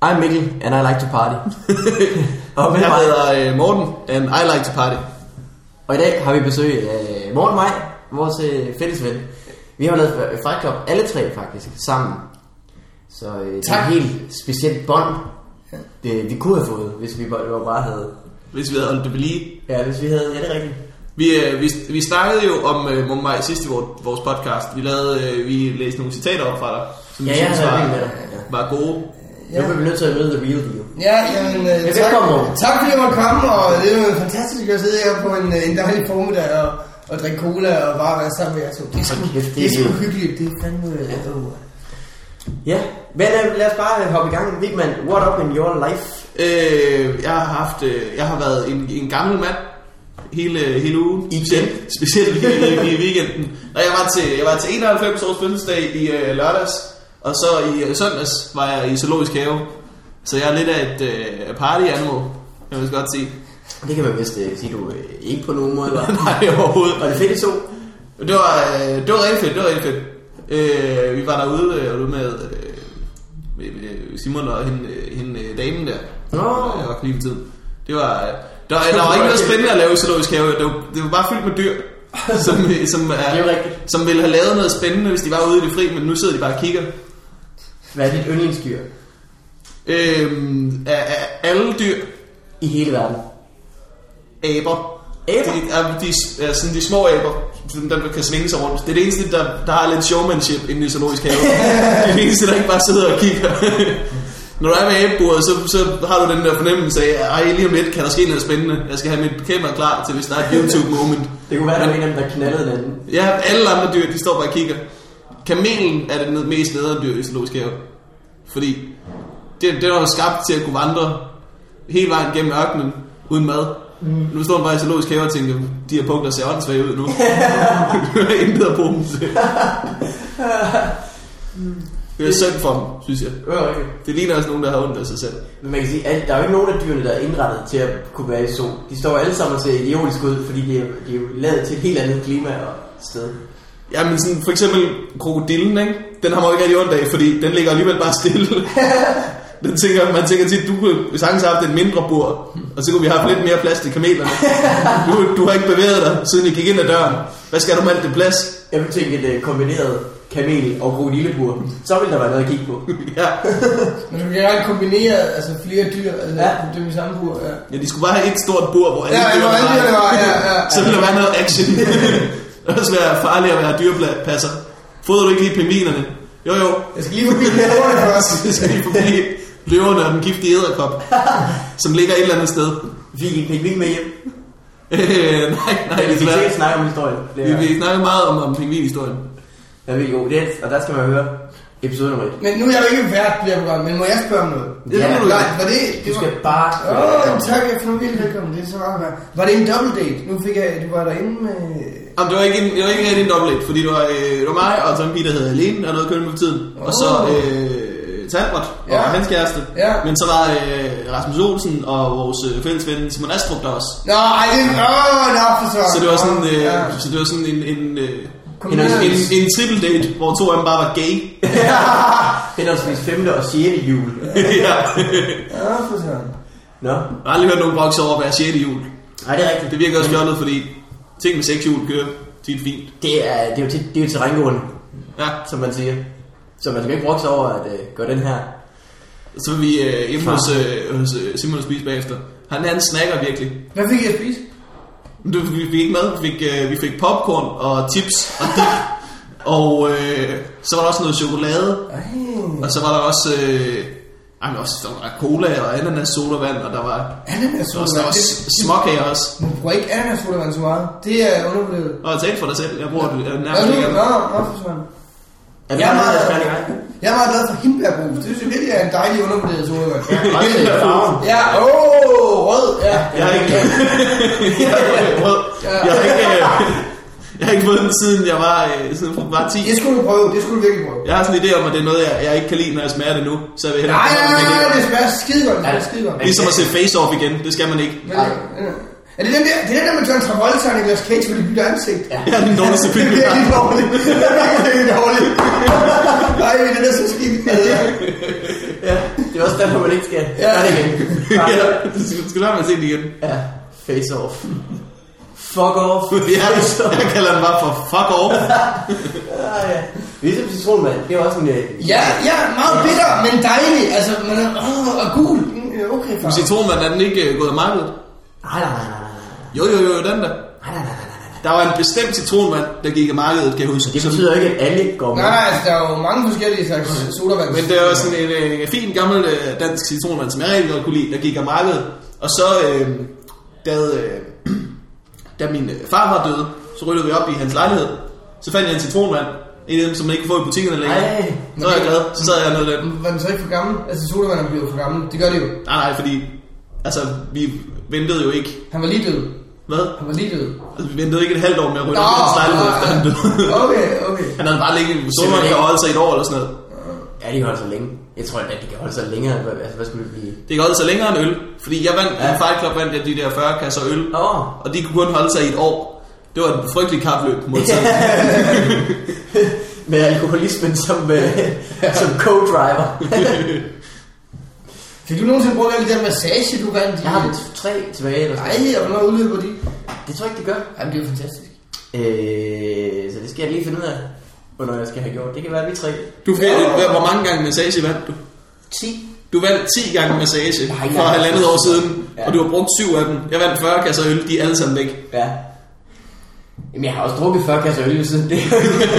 I'm Mikkel, and I like to party. Og jeg hedder Morten, and I like to party. Og i dag har vi besøg af Morten og mig, vores fælles ven. Vi har lavet Fight Club, alle tre faktisk, sammen. Så det er et helt specielt bånd, vi kunne have fået, hvis vi bare havde... Hvis vi havde holdt det ved lige. Ja, hvis vi havde, ja, det er rigtigt. Vi snakkede jo om Mumbai sidst i vores podcast. Vi læste nogle citater op fra dig, som vi synes var gode. Ja. Nu bliver vi nødt til at møde The Real Deal. Ja, jamen, tak fordi jeg måtte komme, og det er jo fantastisk at sidde her på en dejlig formiddag og drikke cola og bare være sammen med jer to. Det er sgu hyggeligt, det er fandme... Ja, men lad os bare hoppe i gang. Vigman, what up in your life? Jeg har været en gammel mand hele ugen. Specielt i weekenden. Og jeg var til 91 års fødselsdag i lørdags. Og så i søndags var jeg i Zoologisk Have. Så jeg er lidt af et party animal, jeg vil godt sige. Det kan man vist sige, du ikke på nogen måde var. Nej, overhovedet. Var det fedt i så? Det var rigtig fedt, vi var derude med Simon og hende damen der. Jeg var lige tid. Der var ikke noget spændende at lave i Zoologisk Have. Det var bare fyldt med dyr. Som ville have lavet noget spændende, hvis de var ude i det fri, men nu sidder de bare og kigger. Hvad er dit yndlingsdyr? Alle dyr i hele verden. Aber. De små aber, der kan svinge sig rundt. Det er det eneste, der har lidt showmanship inde i Zoologisk Have. Det er det eneste, der ikke bare sidder og kigger. Når du er med abebordet, så har du den der fornemmelse af, lige om lidt kan der ske noget spændende. Jeg skal have mit kamera klar til, hvis der er et YouTube-moment. Det kunne være, der var en af dem, der knaldede den anden. Ja, alle andre dyr, de står bare og kigger. Kamelen er det mest nederen dyr i Zoologisk Have. Fordi det var skabt til at kunne vandre hele vejen gennem ørkenen uden mad. Nu står man bare i Zoologisk Have og tænker, de her punkter ser åndssvage ud nu. Det er intet at bruge dem til. Det er synd for dem, synes jeg. Det ligner også nogen, der har ondt af sig selv. Men man kan sige, at der er jo ikke nogen af dyrene, der er indrettet til at kunne være i sol. De står alle sammen og ser idiotisk ud, fordi de er jo lavet til et helt andet klima og sted. Ja, men sådan, for eksempel krokodillen, ikke? Den har man jo ikke rigtig ondt af, fordi den ligger alligevel bare stille. Man tænker til, at du kunne sagtens have haft et mindre bord, og så kunne vi have haft lidt mere plads til kamelerne. Du har ikke bevæget dig, siden I gik ind ad døren. Hvad skal du med alt det plads? Jeg vil tænke et kombineret kamel- og krokodillebur. Så vil der være noget at kigge på. Ja. Men du kan gerne kombinere altså flere dyr, altså det er samme bur. Ja, de skulle bare have et stort bur, hvor alle dyr var. Så ville der være noget action. Det vil også være farligt at være dyrepasser. Fodrer du ikke lige pingvinerne? Jo. Jeg skal lige forbi løverne først. Jeg skal lige forbi løverne og den giftige edderkop, som ligger et eller andet sted. Vi fik en pingvin med hjem. Nej, vi fik sikkert snakke om historien. Vi snakker meget om pingvinhistorien. Ja, vi er god. Og der skal man høre episode nummer 1. Men nu er jeg jo ikke vært på det her program, men må jeg spørge om noget? Du skal bare... tak, jeg får vildt velkommen. Det er så rart. Var det en double date? Nu fik jeg, du var derinde med... Jamen, det var ikke rigtig en double date, fordi det var mig og så en pige, der hedder Alene, der noget kønne på tiden. Og så Talbot og hans kæreste. Ja. Men så var Rasmus Olsen og vores fælles ven Simon Astrup der også. Så det var sådan, så det var sådan en triple date, hvor to af dem bare var gay. Henholdsvis 5. og 6. jul. For sådan. Nå. Jeg har aldrig hørt nogen brokse over at være 6. jul. Nej, det er rigtigt. Det virker også fjollet, fordi ting med 6 jul kører tit fint. Det er jo terrængående, som man siger. Så man skal ikke brokse over at gøre den her. Så vil vi hjemme hos Simon og spise bagefter. Han snakker virkelig. Hvad fik I at spise? Vi fik ikke mad. Vi fik popcorn og chips og dip. Og så var der også noget chokolade. Og så var der også der var cola og ananas sodavand, og der var også småkager også. Du bruger ikke ananas sodavand så meget. Det er undervurderet. Og jeg tænkte for dig selv. Jeg bruger det nærmest ikke. Jeg er meget glad for hindbærbrus. Det synes jeg virkelig er en dejlig undervurderet sodavand. Rød. Jeg har ikke fået den siden jeg var 10. Det skulle du prøve. Det skulle du virkelig prøve. Jeg har sådan en idé om, at det er noget, jeg ikke kan lide, når jeg smager det nu. Så jeg vil hellere det smager skidegodt. Ligesom at se Face Off igen. Det skal man ikke. Er det den der med John Travolta og Nicolas Cage, hvor de bytter ansigt? Ja, den dårligste film. Det er virkelig dårligt. Nej, den er så skidt. Ja, Det er også derfor, man ikke skal gøre det igen. Du skal lade mig se det igen. Ja, face off. Fuck off. Jeg kalder den bare for fuck off. Ja. Ligesom citronvand, det er også en... Ja, meget bitter, men dejlig. Altså, man er... og gul. Okay, far. Citronvand, er den ikke gået af markedet? Nej. Jo, den der. Nej. Der var en bestemt citronvand, der gik af markedet, kan jeg huske. Det betyder ikke, at alle går med. Nej, altså, der er jo mange forskellige slags sodavand. Men det er jo sådan en fin gammel dansk citronvand, som jeg rigtig godt kunne lide, der gik af markedet. Og så, da min farfar døde, så ryddede vi op i hans lejlighed. Så fandt jeg en citronvand. En af dem, som man ikke kan få i butikkerne længere. Så er jeg glad. Så sad jeg nede af den. Var den så ikke for gammel? Altså, sodavand bliver for gammel. Det gør det jo. Nej, fordi... Altså, vi ventede jo ikke. Han var lige død. Hvad? Han var lige død. Altså, vi ventede ikke et halvt år med at rydde op i hans lejlighed, efter han døde. Okay. Han havde bare ligget... Sodavand kan holde sig et år eller sådan noget. Ja, de kan holde sig længe. Jeg tror, at de kan holde sig længere. Altså, hvad skulle det blive? Det kan holde sig længere end øl. Fordi jeg vandt en Fight Club, vandt jeg de der 40 kasser øl. Og de kunne kun holde sig i et år. Det var et frygteligt kapløb mod tiden. Med alkoholismen som co-driver. Fik du nogensinde brugt alle de der massage, du vandt? Jeg har 3 tilbage. Eller sådan. Nej, og hvornår udløber de? Det tror jeg ikke, det gør. Jamen, det er jo fantastisk. Så det skal jeg lige finde ud af, hvornår jeg skal have gjort. Det kan være, vi 3. Hvor mange gange massage vandt du? 10. Du vandt 10 gange massage for 1,5 år siden, og du har brugt 7 af dem. Jeg vandt 40 kasser øl, de er alle sammen væk. Ja. Jamen, jeg har også drukket 40 kasser øl siden det.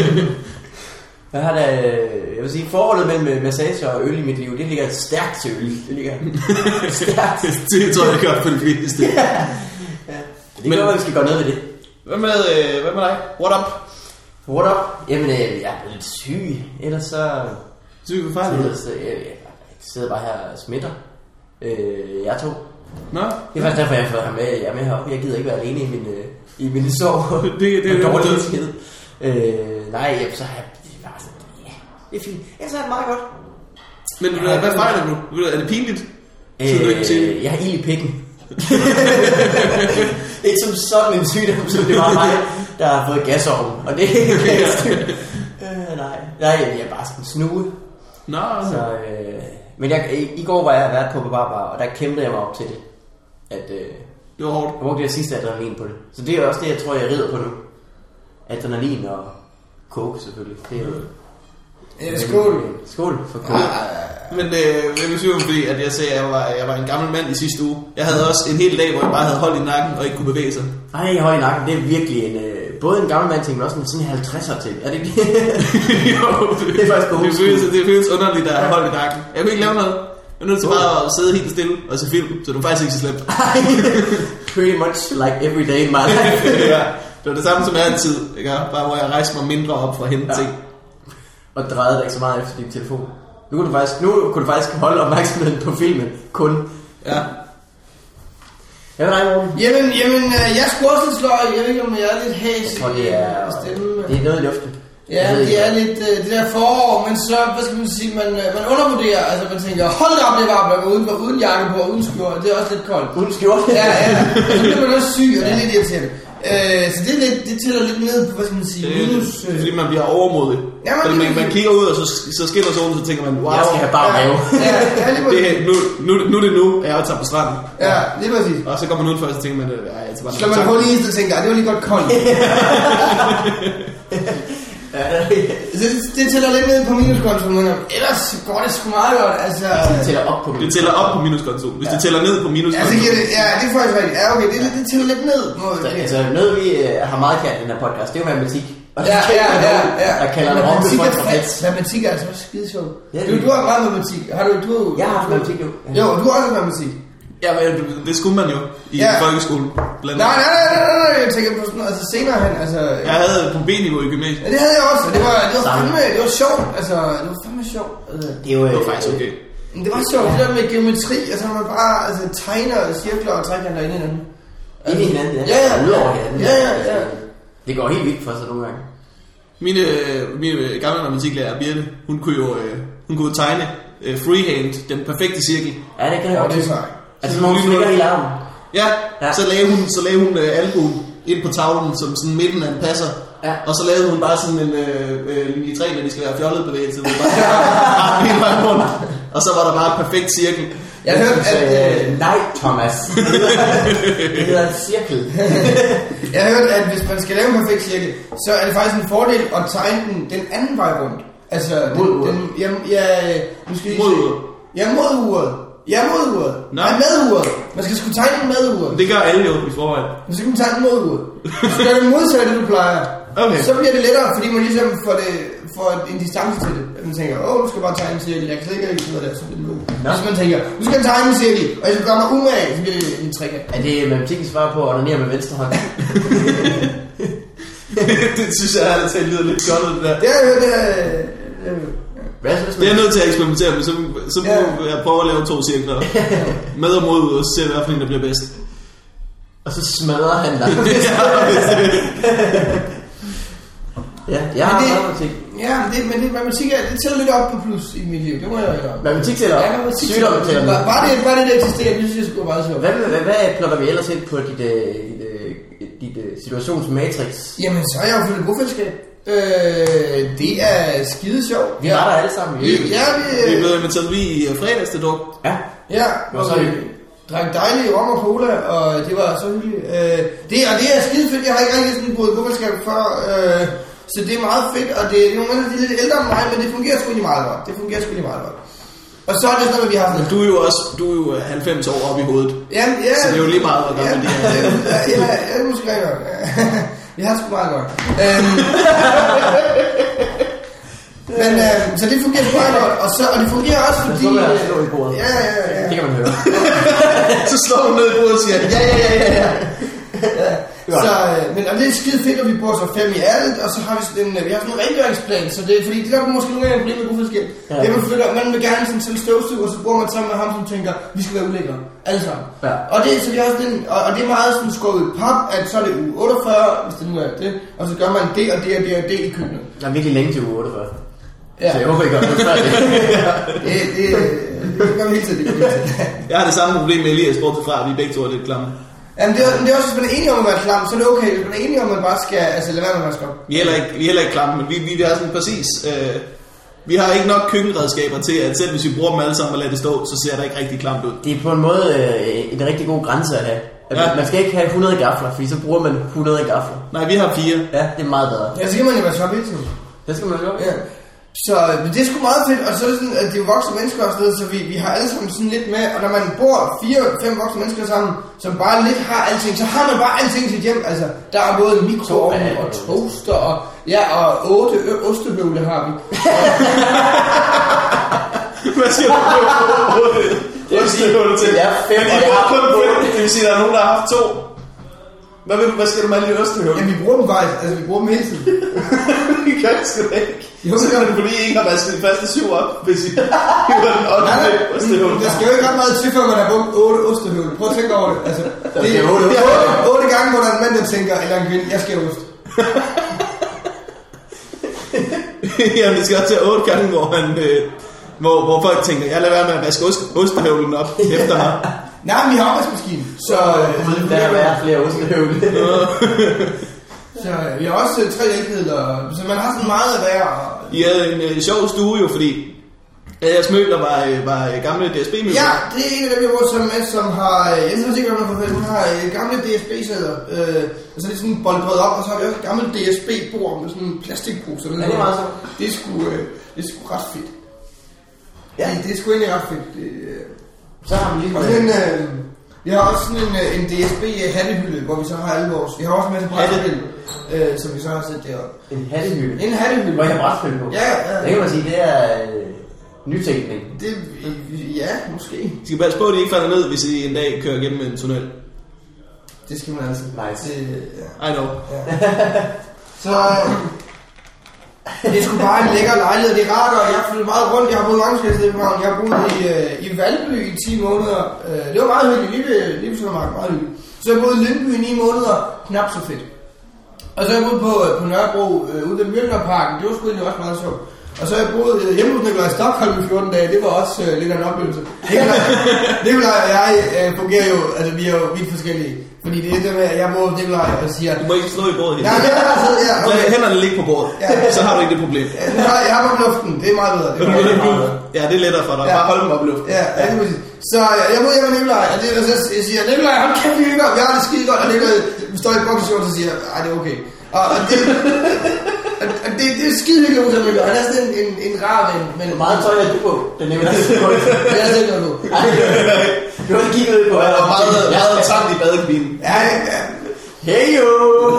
Jeg vil sige, forholdet mellem massage og øl i mit liv, det ligger stærkt til øl. Det ligger stærkt. Det tror jeg godt for det fleste. Ja. Det gør, at vi skal gøre noget ved det. Hvad med dig? What up? What up? Jamen, jeg er lidt syg. Ellers så... Syg for fejl? Jeg sidder bare her og smitter. Jeg 2. Nå? Det er faktisk derfor, jeg har fået ham med. Jeg er med heroppe. Jeg gider ikke være alene i min sorg. Det er dårligt skid. Nej, så har jeg... Det er fint. Ellers er det meget godt. Men hvad fejler du? Er det pinligt? Jeg har ild i pikken. Ikke som sådan en sygdom, som det var mig, der har fået gasovn. Og det er ikke nej, jeg er bare sådan en snue. Nå. Så, men i går var jeg været på Barbar, og der kæmpede jeg mig op til det. At, det var hårdt. Jeg brugte det sidste adrenalin på det. Så det er også det, jeg tror, jeg rider på nu. Adrenalin og coke selvfølgelig. Det er jo... Skål. Skål for coke. Men jeg vil sige, fordi at jeg sagde, at jeg var en gammel mand i sidste uge. Jeg havde også en hel dag, hvor jeg bare havde hold i nakken og ikke kunne bevæge sig. Ej, hold i nakken, det er virkelig både en gammel mand ting, men også sådan en 50'er ting. Er det ikke Jo, det er faktisk god. Det føles underligt, at have hold i nakken. Jeg kunne ikke lave noget. Jeg er nødt til bare at sidde helt stille og se film, så du faktisk ikke så slemt. Pretty much like every day in my life. Ja, det var det samme som altid, ikke? Bare hvor jeg rejste mig mindre op for at hente ting. Og drejede dig ikke så meget efter din telefon. Nu kunne du faktisk holde opmærksomheden på filmen kun. Ja. Hvad med dig, Morten? Jamen, jeg skulle også lidt sløj. Jeg ved ikke, om jeg er lidt hæs i stemmen. Det er noget i luften. Ja, det er lidt det der forår, men så, hvad skal man sige, man undervurderer, altså man tænker, hold da op, det er varmt, uden jakke på og uden skjort, det er også lidt koldt. Uden skjort? Ja, og så bliver man også syg, og det er lidt irriterende. Så det tæller lidt ned på, hvad skal man sige, minus... Fordi man bliver overmodig. Ja, man kigger ud, og så skinner solen, så tænker man, wow. Jeg skal have bare mave. Nu er det nu, at jeg tager på stranden. Ja, lige præcis. Og så går man ud for, og så tænker man, jeg tager bare... Slår man hul i is, og tænker, det var lige godt koldt. Så det tæller lidt ned på minuskontoen, men ellers går det sgu meget godt. Altså, det tæller op på minuskontoen. Det tæller op på minuskontoen. Hvis det tæller ned på minuskontoen. Ja, det er faktisk rigtigt. Ja, okay, det tæller lidt ned. Altså noget vi har meget kært i den her podcast, det er jo matematik. Ja. Der kalder det om det matematik er altså også skide sjovt. Du har meget matematik. Jeg har haft matematik jo. Jo, du har også matematik. Ja, men det skulle man jo i folkeskolen. Nej, jeg tænker på sådan, altså senere hen, altså... Jeg havde på B-niveau i gymnasiet. Ja, det havde jeg også, det var sjovt, altså, det var fandme sjovt. Det var faktisk okay. Men det var sjovt, det der med geometri, altså man bare tegner cirkler og trækanter ind i hinanden. Ind i hinanden, ja. Ud over hinanden. Ja. Det går helt vildt for sig nogle gange. Mine gamle matematiklærer, Birte, hun kunne tegne freehand, den perfekte cirkel. Ja, det kan jeg også. Altså når hun slikker i armen. Ja, så lavede hun albuen ind på tavlen, som sådan midten af en passer. Ja. Og så lavede hun bare sådan en linje 3, når de skal være fjollet bevægelse. Bare hele vejen rundt. og så var der bare en perfekt cirkel. Jeg har hørt, at... nej, Thomas. Det hedder en cirkel. Jeg har hørt, at hvis man skal lave en perfekt cirkel, så er det faktisk en fordel at tegne den anden vej rundt. Altså, mod uret. Nu skal I se. Ja, mod uret. Ja, mod uret. Nej, med uret. Man skal sgu tegne den med uret. Det gør alle jo i forvejen. Men så kan man tegne den mod uret. Hvis du gør det modsatte, det du plejer, så bliver det lettere, fordi man ligesom får en distance til det. At man tænker, du skal bare tegne en cirkel. Jeg kan slet ikke sidde der, så det er nu. Hvis man tænker, nu skal jeg tegne en cirkel, og jeg skal gøre mig umage, så bliver det en trekant. Er det matematikkens svar på at onanere med venstre hånd? Det synes jeg ærligt talt lyder lidt godt, det der. Det er jo det. Det er nødt til at eksperimentere med, så må jeg prøve at lave 2 cirkler. Med og mod, og så ser jeg, hvilken der bliver bedst. Og så smadrer han dig. Ja, jeg har matematik. Ja, men matematik det tæller lidt op på plus i mit liv. Det må jeg jo gøre. Matematik tæller op? Ja, matematik tæller op. Bare det eksisterer, det synes jeg skulle meget sjovt. Hvad plotter vi ellers ind på dit situationsmatrix? Jamen, så er jeg jo fyldt et bofællesskab. Det er skide sjovt. Vi var der alle sammen. Vi er blevet inviteret i fredags til druk. Ja, og vi drak dejlige rom og cola, og det var så hyggeligt. Det er skide fedt. Jeg har ikke rigtig sådan boet i bofællesskab før, så det er meget fedt, og det er nogle gange lidt ældre end mig, men det fungerer sgu lige meget godt. Og så er det sådan, at vi har sådan... Du er jo 90 år oppe i hovedet. Ja. Så det er jo lige meget, hvor gammel de er. Ja, det er måske rigtig godt. Vi har sgu meget godt. Men så det fungerer sgu meget godt, og det fungerer også fordi... Så slår jeg slå i bordet. Ja. Det kan man høre. Så slår du ned i bordet og siger, ja. Så, men og det er skide fedt, at vi bor så 5 i alt, og så har vi sådan en rengøringsplan, så det er fordi, det der måske nogle gange problem med bofællesskab. Det man vil gerne sådan selv støvsuge, og så bor man sammen med ham, som tænker, vi skal være ulækre, alle sammen. Ja. Og det, så det er også den, og det er meget sådan skåret i pap, at så er det uge 48, hvis det nu er det, og så gør man det og det og det og det i køkkenet. Der er virkelig længe til uge 48. Ja. Så jeg håber ikke, at det er det gør vi hele tiden. Jeg har det samme problem med Elias, bortset fra, at vi begge to er lidt klamme. Jamen det er også, hvis man er enige om at være klam, så er det okay. Hvis man er enige om, at man bare skal lade være med at være skam. Vi er heller ikke klamme, men vi er sådan præcis... vi har ikke nok køkkenredskaber til, at selv hvis vi bruger dem alle sammen og lader det stå, så ser det ikke rigtig klamt ud. Det er på en måde en rigtig god grænse at have. Man skal ikke have 100 gafler, fordi så bruger man 100 gafler. Nej, vi har 4. Ja, det er meget bedre. Ja, så kan man jo være svart hele tiden. Det skal man jo. Ja. Så det er sgu meget fedt, og så er det sådan, at det er jo voksne mennesker og sådan noget, så vi har alle sammen sådan lidt med, og når man bor 4-5 voksne mennesker sammen, som bare lidt har alting, så har man bare alting til hjem, altså der er både mikroovn og toaster, og 8 ostehøvle har vi. Hvad siger du? Ostehøvle til? Ja, 5, og jeg har kun 5. Det vil sige, at der er nogen, der har haft 2. Hvad skal du med alle de ostehøvle? Jamen vi bruger dem faktisk, altså vi bruger dem hele tiden. Vi kan sgu da ikke. Så gør det fordi I ikke har vasket de faste 7 op, hvis I hiver den 8. ostehøvle. Der skal jo ikke ret meget til, før man har brugt 8 ostehøvle. Prøv at tænke over det. Altså, det er 8 gange, hvor der er en mand, der tænker, eller en kvinde, jeg skal have ost. Jamen det skal også til 8 gange, hvor folk tænker, jeg lader være med at vaske ostehøvlen op efter her. Nej, men vi har opvaskemaskine, så... der er flere ostehøvle. Så vi har også 3 hjælpemidler, så man har sådan meget at være. I havde en sjov stue jo, fordi jeres møbler var gamle DSB-møbler. Ja, det er en af dem, jeg bruger sammen med, som har... Jeg synes ikke, hun har gamle DSB-sæder. Og så er det sådan boldbrød op, og så har vi også et gammelt DSB-bord med sådan en plastikpose. Ja, det er meget så. Det er sgu ret fedt. Ja. Det er sgu egentlig ret fedt. Så har vi lige... Og vi har også sådan en DSB hattehylde, hvor vi så har alle vores... Vi har også en masse brætspil, som vi så har set deroppe. En hattehylde? En hattehylde. Hvor jeg har brætspil på? Ja. Det kan man sige, det er nytænkning. Ja, måske. De skal passe på, at de ikke falder ned, hvis I en dag kører gennem en tunnel. Det skal man altså. Nice. I know. Ja. Så... Det er sgu bare en lækker lejlighed, det er rart, og jeg har flyttet meget rundt. Jeg har boet mange forskellige steder. Jeg har boet i Valby i 10 måneder. Det var meget hyggeligt, lige ved Søndermark, meget hyggeligt. Så jeg har boet i Lyngby i 9 måneder, knap så fedt. Og så har jeg boet på Nørrebro, ude ved Mjølnerparken, det var sgu egentlig også meget sjovt. Og så har jeg boet hjemme hos Nikolaj i Stockholm i 14 dage. Det var også lidt af en oplevelse. Nikolaj og jeg fungerer jo, altså vi er jo vidt forskellige. Fordi det er det med, at jeg bor hos Nikolaj og siger... Du må ikke slå i bordet helt. Ja, det er altså, ja. Okay. Lad hænderne ligge på bordet, så har du ikke det problem. Ja, jeg har på luften, det er meget bedre. Ja, det er lettere for dig. Bare hold dem op i luften. Ja, det er præcis. Så jeg boede hjemme med Nikolaj, og det er så, jeg siger, Nikolaj, hold kæft, vi hygger, vi har det skide godt. Og Nikolaj står i bokseshorts og siger, ej, det er okay. Og det er skide hyggeligt hos Nikolaj. Han er sådan en rar ven. Men meget tøj er du på, den Nikolaj. Det er selv noget på. Du har kigget ud på, og der var meget tamt i badekabinen. Ja. Heyo!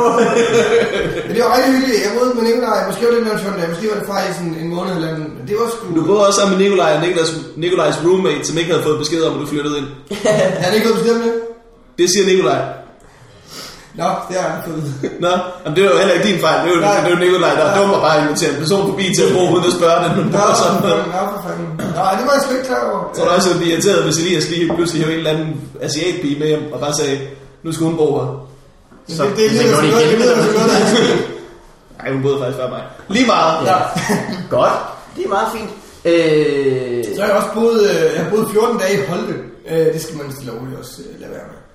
Men det var rigtig hyggeligt. Jeg boede med Nikolaj, måske var det en 14 dage, måske var det faktisk en måned eller andet. Det var sgu... Du boede også sammen med Nikolaj og Nikolajs roommate, som ikke havde fået besked om, at du flyttede ind. Han har ikke fået besked om det? Det siger Nikolaj. Nå, det har jeg fået. Nå, men det er jo heller ikke din fejl. Det er jo Nikolaj, der er dum og bare inviterer en person forbi til at bruge uden at spørge den. Nå, for fanden. Nå, det var jeg sgu ikke klar over. Så var det også blive irriteret, hvis Elias lige pludselig havde en eller anden asiatpige med hjem og bare sagde, nu skal hun bo her. Så det er lige noget. Nej, hun boede faktisk før mig. Lige meget. Ja. Godt. Det er meget fint. Så har jeg også boet, 14 dage i Holte. Det skal man stille roligt også lade være med.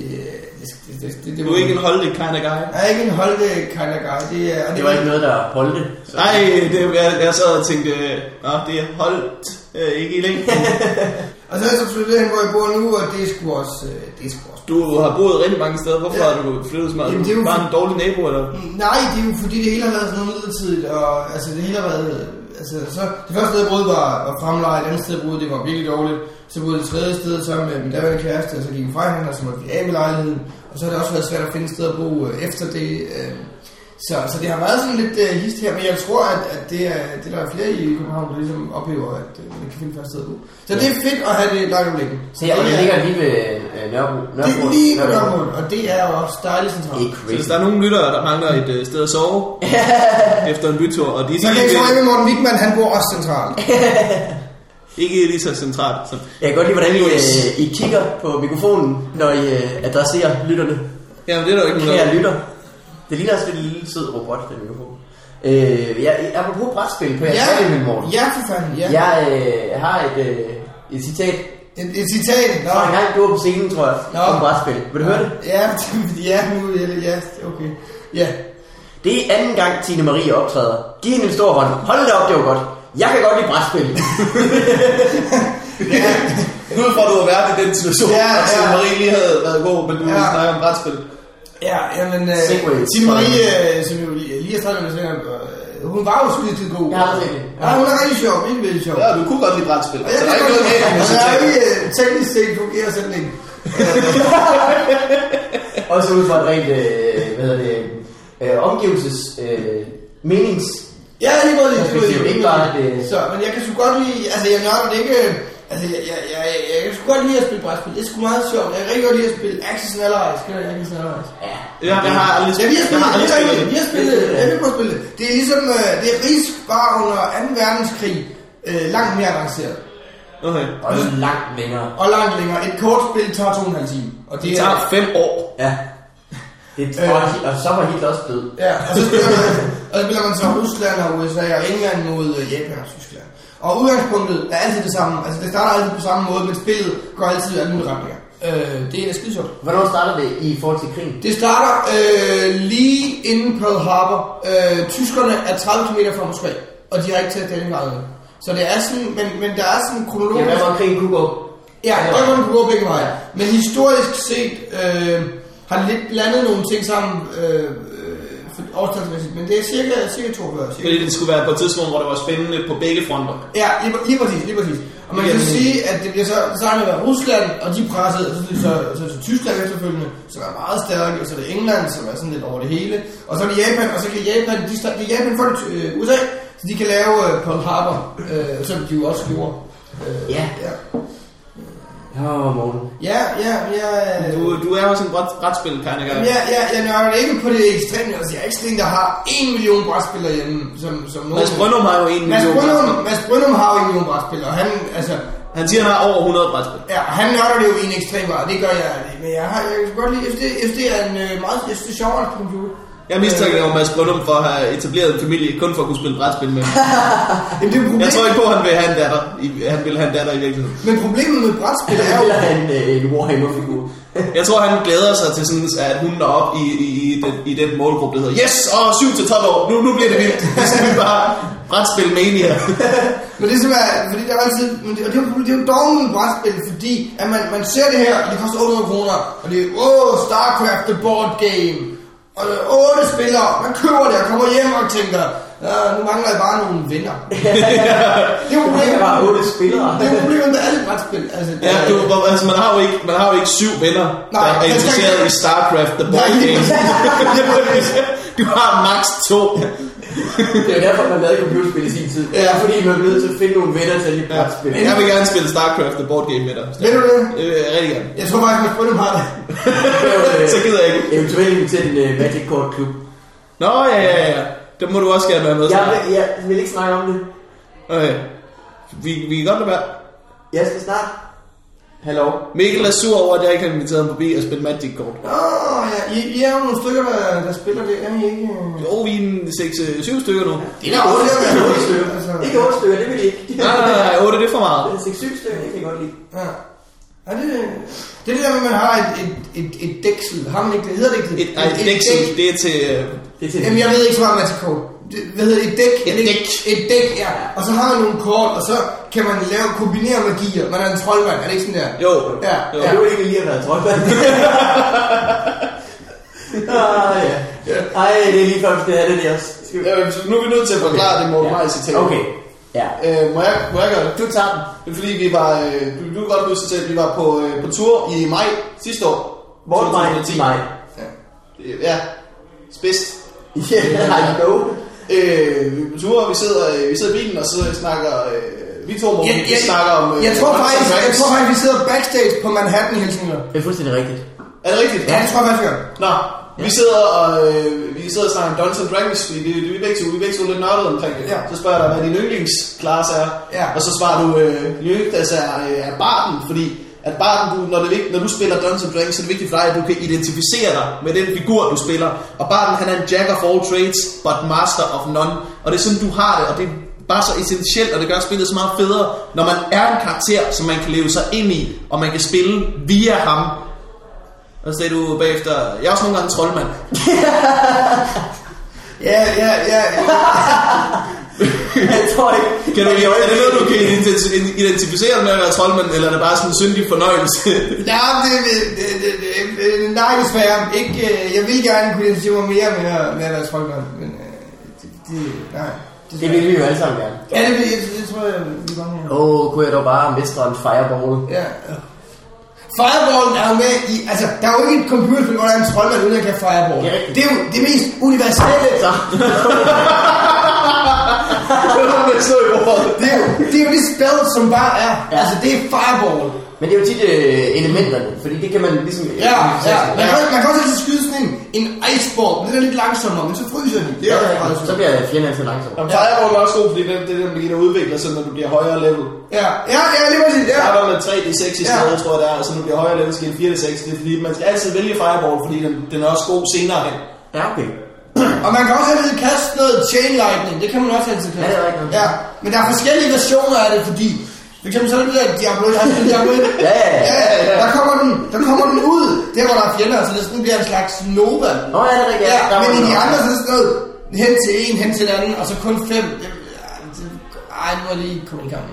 Du er ikke en Holte kind of guy. Jeg er ikke en Holte kind of guy. Det var ikke noget, der Holte. Nej, jeg sad og tænkte, det er Holt, ikke i længden. Og så er jeg så flyttet hen, hvor jeg bor nu, og det er sgu også... Du har boet rigtig mange steder. Hvorfor har du flyttet så meget? Jamen, det er jo bare en dårlig nabo, eller? Nej, det er jo fordi, det hele har været sådan noget midlertidigt, og altså det hele har været... Altså, så det første sted, jeg boede, var fremleje, det andet sted, jeg boede, det var virkelig dårligt. Så boede det tredje sted sammen med min daværende kæreste, og så gik en fra hende, og så måtte vi af med lejligheden. Og så har det også været svært at finde et sted at bo efter det. Så det har været sådan lidt hist her, men jeg tror, at det der er flere i København, der ligesom oplever, at man kan finde et sted at bo. Så det er fedt at have det langt om længe. Så og det ligger lige ved Nørrebro. Det er lige på Nørrebro, og det er jo også dejligt centralt. Så hvis der er nogle lyttere, der mangler et sted at sove efter en bytur, og de så kan jeg tro, at Morten Wigman, han bor også centralt. Ikke lige så centralt. Så. Jeg kan godt lide, hvordan I kigger på mikrofonen, når I adresserer lytterne. Jamen, det er der jo ikke noget. Lytter. Det ligner også en lille sød robot, den mikrofon. Jeg har brugt brætspil på jeres færdig, min Morten. Ja, for fanden, ja. Jeg har et citat. Et citat? Nå. Fra en gang, du var på scenen, tror jeg, om brætspil. Vil du høre det? Ja, okay. Ja. Det er anden gang, Tine Marie optræder. Giv hende en stor hånd. Hold det op, det var godt. Jeg kan godt lide brætspil. Ud fra, at du har været i den situation, at Tine Marie lige havde været god, men du snakker om brætspil. Ja, jamen, Tine Marie, som jo lige har startet med hun var jo skidetid god. Ja, hun er rigtig sjov, virkelig sjov. Ja, du kunne godt lide brætspil. Så der er ikke noget med, og så er vi teknisk set fungerer sætningen. Også ud fra et rent, omgivelses menings. Ja, det er godt ikke bare det. Så, men jeg kan sgu godt lide, altså jeg nørder det ikke, altså jeg kan sgu godt lide at spille brætspil. Det er sgu meget sjovt. Jeg kan rigtig godt lide at spille Axis and Allies. Kender I Axis and Allies? Ja, jeg har aldrig spillet. Vi har spillet. Jeg vil godt spille det. Det er ligesom, det er Rigs bare under 2. verdenskrig langt mere avanceret. Okay. Og langt længere. Og langt længere. Et kortspil tager 2,5 timer. Og det tager 5 år. Ja. Og så var Hitler også død. Ja, og så spiller man så Rusland og USA og England mod Japan og Tyskland. Og udgangspunktet er altid det samme. Altså det starter altid på samme måde, men spillet går altid i alle mulige retninger. Det er skide sjovt. Hvornår starter det i forhold til krigen? Det starter lige inden Pearl Harbor. Tyskerne er 30 km fra Moskva, og de har ikke taget den grad. Så det er sådan, men der er sådan kronologisk. Ja, hvad var krigen kunne gå? Ja, der var den kunne gå begge veje. Men historisk set har lidt blandet nogle ting sammen årstalsmæssigt, men det er cirka 42. Fordi det skulle være på et tidspunkt, hvor det var spændende på begge fronter. Ja, lige præcis. Og man kan sige, at det bliver så startet med Rusland, og de pressede, så Tyskland efterfølgende, som er meget stærke, og så er det England, som er sådan lidt over det hele, og så er det Japan, og så kan Japan, det er Japan for USA, så de kan lave Pearl Harbor, som de jo også gjorde. Ja. Morten. Ja. Du er også en brætspil, kan jeg gøre. Jeg nørder ikke på det ekstremt. Altså, jeg er ikke sådan en, der har 1 million brætspillere hjemme, som nogen. Mads Brøndum har jo 1 million brætspillere. Mads Brøndum har jo 1 million brætspillere. Han siger, han har over 100 brætspil. Ja, han nørder det jo i en ekstrem grad. Det gør jeg. Men jeg kan godt lide, hvis det er en meget, det er sjovere på computer. Jeg mistænker om Mads Brøndum for at have etableret en familie, kun for at kunne spille brætspil med. Jeg tror ikke på, at han vil have en datter. Han vil have en datter i virkeligheden. Men problemet med brætspil er jo... Eller en Warhammer-figur. Jeg tror, han glæder sig til sådan, at hun er op i den målgruppe, der hedder yes, 7-12 år, nu bliver det vildt. Det skal vi bare brætspil mania. Men det er simpelthen, fordi der er altid, det er jo dårligt med brætspil, fordi at man ser det her, og det koster 800 kroner, og det er, StarCraft, the board game, og 8 spillere, man køber det og kommer hjem og tænker, nu mangler jeg bare nogle venner. Det er jo problemet. Bare 8 spillere. Det er jo problemet med alle brætspil. Altså, man har jo ikke 7 venner, der er interesseret i StarCraft, the board game. Du har max 2. Det er derfor, man lavede computerspil i sin tid. Ja, fordi man blev nødt til at finde nogle venner til at lide brætspil. Jeg vil gerne spille StarCraft, the board game med dig. Vil du det? Rigtig gerne. Jeg tror faktisk, at Brøndum har det. Så gider jeg ikke. Eventuelt til en Magic Card Club. Nå, ja. Det må du også gerne være med. Jeg vil ikke snakke om det. Okay. Vi kan godt lade være. Jeg skal snart. Hallo. Mikkel er sur over, at jeg ikke har inviteret ham forbi og spille Magic Card. Ja. I er jo nogle stykker, der spiller det. Er I ikke? Jo, vi er 6-7 stykker nu. Det er 8 stykker. Ikke 8 stykker, det vil jeg ikke. Nej, 8 det er for meget. Det er 6-7 stykker, det kan jeg godt lide. Ja. Det er det der med, at man har et dæksel. Har man ikke det? Hedder det ikke det? Et dæksel, det er til... Jamen, jeg ved ikke så meget Magic Card. Hvad hedder det? Et dæk, ja. Og så har man nogle kort, og så kan man kombinere magier. Man er en troldmand, er det ikke sådan der? Jo. Ja. Du er ikke lige at være troldmand. Ej, det er lige før, det er det der. Nu er vi nødt til at forklare det Morten Maj citat. Okay. Ja. Må jeg gøre det? Du tager den. Det er fordi vi var, du kan godt huske at vi var på tur i maj sidste år. Hvor maj? Maj. Ja. Spidst. Yeah, I know. Vi er på tur, vi sidder i bilen, og så snakker vi to vi snakker om... Jeg tror faktisk, vi sidder backstage på Manhattan i Helsingør. Det er fuldstændig rigtigt. Er det rigtigt? Ja, det tror jeg faktisk, gør. Nå, vi sidder og snakker om Dungeons & Dragons, fordi vi er begge to lidt nørdede omkring det. Ja. Så spørger jeg dig, hvad din yndlingsklasse er. Ja. Og så svarer du, din yndlingsklasse er barden, fordi at barden, når du spiller Dungeons & Dragons, så er det vigtigt for dig, at du kan identificere dig med den figur, du spiller. Og barden, han er en jack of all trades, but master of none. Og det er sådan, du har det, og det er bare så essentielt, og det gør spillet så meget federe, når man er en karakter, som man kan leve sig ind i, og man kan spille via ham. Og så sagde du bagefter, jeg er også nogle gange en troldmand. Ja. Jeg tror ikke. Er det noget, du kan identificere med at være troldmand, eller er det bare sådan en syndig fornøjelse? Ja, nej, desværre. Ikke, jeg vil gerne kunne identificere mig mere med at være troldmand, men nej. Det vil vi jo alle sammen gerne. Ja, det tror jeg, vi godt have. Kunne jeg dog bare mestre en fireball? Ja. Fireballen er jo med i... Altså, der er jo ikke et computerspil, hvor der er en troldmand, uden at kan fireball. Det er jo det mest universelle. Det er jo det spil, som bare er. Ja. Altså, det er fireball. Men det er jo tit elementerne, fordi det kan man ligesom... Ja. Man kan også altid skyde sådan en iceball, men det er lidt langsommere, men så fryser de. Ja, så bliver fjenden altid langsommere. Og fireball er også god, fordi det er den, der udvikler sig, når du bliver højere level. Ja, lige præcis. Der var med 3D6 i stedet, tror jeg det er, og så når du bliver højere level, skal det 4D6. Det er fordi, man skal altid vælge fireball, fordi den er også god senere hen. Ja, okay. Og man kan også altid kaste noget chain lightning, det kan man også altid kaste. Ja, det er rigtigt. Ja, men der er forskellige versioner af det, fordi... For eksempel så er det der Diablo 1. Ja. Der kommer den ud, der hvor der er fjender, så det sådan bliver en slags Nova. Nå, ja, det er rigtigt. Ja, men i de andre så er det sådan noget hen til en, hen til den anden, og så kun 5. Ej, nu er lige kommet i gang.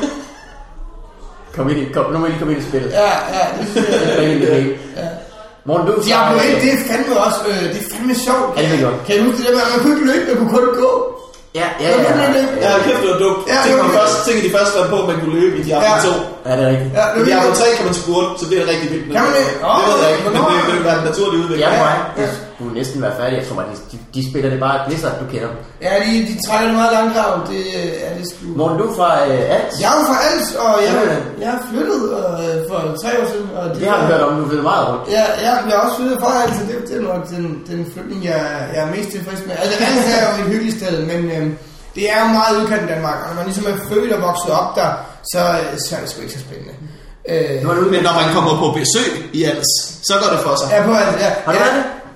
Nu må jeg lige komme ind i spillet. Ja, det er ja. Morten, du... Diablo 1, det er fandme også, det er fandme sjovt. Ja, det er godt. Kan I huske det der med, at man kunne ikke løbe, man kunne kun gå? Ja, kæft, det var dumt. Tænk de første var på, at man kunne løbe i Diablo 2. Ja, det er rigtigt. I Diablo 3 kan man spurte, så det er rigtig vildt. Kan man det? Det ved jeg ikke, men det vil være den naturlige udvikling. Ja, du vil næsten være færdig. Jeg tror bare, de spiller det bare Blizzard, du kender. Ja, de trækker det meget langt af. Det er det sgu. Morten, du er fra Als? Jeg er fra Als, og jeg har flyttet for 3 år siden. Og det har du hørt om, du flytter meget rundt. Ja, jeg har også flyttet fra Als, så det er nok den flytning, jeg er mest tilfreds med. Altså, Als er jo et hyggeligt sted, men... det er jo meget udkendt i Danmark, og når man ligesom er født og vokset op der, så er det sgu ikke så spændende. Men når man kommer på besøg i Als, så går det for sig. Ja, på Als, ja. Har du været det?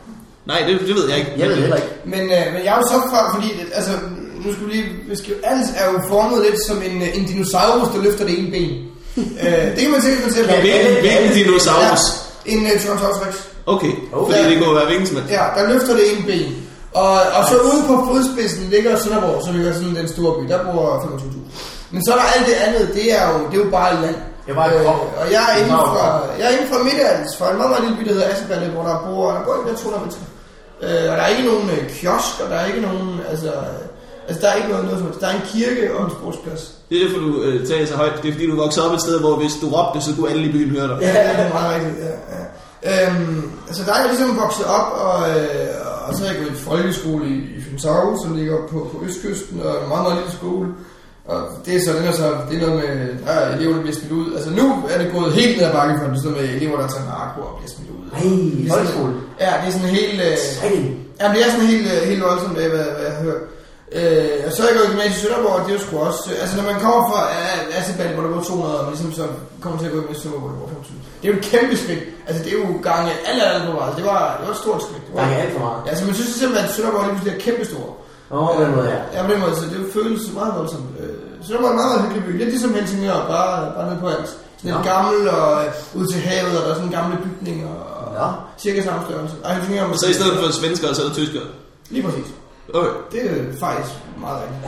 Nej, det ved jeg ikke. Jeg ved det heller ikke. Men jeg er jo så fra, fordi altså, nu skal vi lige beskrive, Alice er jo formet lidt som en dinosaurus, der løfter det ene ben. Det kan man sikkert fortælle. Hvilken dinosaurus? Ja, en Tyrannosaurus Rex. Okay, fordi det kunne være vingesmænd. Ja, der løfter det ene ben. Og så ude på fodspidsen ligger Sønderborg, som ligger sådan den store by. Der bor 25.000. Men så er der alt det andet, det er jo bare land. Det er bare et krop. Og jeg er inde fra Midtals, fra en meget, meget lille by, der hedder Asseballe, hvor der bor en 200 mennesker. Og der er ikke nogen kiosk, og der er ikke nogen, altså der er ikke noget som helst. Der er en kirke og en sportsplads. Det er derfor, du tager så højt. Det er fordi, du voksede op et sted, hvor hvis du råbte, så kunne alle i byen høre dig. Ja, det er meget rigtigt, ja. Altså der er jeg ligesom vokset op, og så er jeg gået i folkeskole i Fynshav, som ligger på Østkysten, og en meget, meget lille skole. Og det er noget med, der er elever, der bliver smidt ud. Altså nu er det gået helt ned ad bakken for, det er sådan med elever, der tager narko og bliver smidt ud. Ej, folkeskole? Ja, det er sådan helt... Ja, det er sådan helt voldsomt af, hvad jeg har hørt. Og så er jeg gået i gymnasiet i Sønderborg, og det er jo sgu også... Altså når man kommer fra Asseballe, hvor der bor 200, og man ligesom så kommer til at gå i gymnasiet i Sønderborg, hvor der bor 25. Det er jo et kæmpe skridt. Altså det er jo gange alt for meget. Det var et stort skridt. Gange alt for meget? Ja, altså man synes simpelthen, at Sønderborg lige pludselig er kæmpe stor. På den måde, ja. Ja, på den måde, så det føles meget voldsomt. Sønderborg er en meget, meget hyggelig by. Lidt ligesom Helsingør, bare nede på alt. Sådan en gammel og ud til havet, og der er sådan gamle bygninger og cirka samme størrelse. Så i stedet for svenskere, så er det tyskere? Lige præcis. Okay. Det er faktisk meget rigtigt.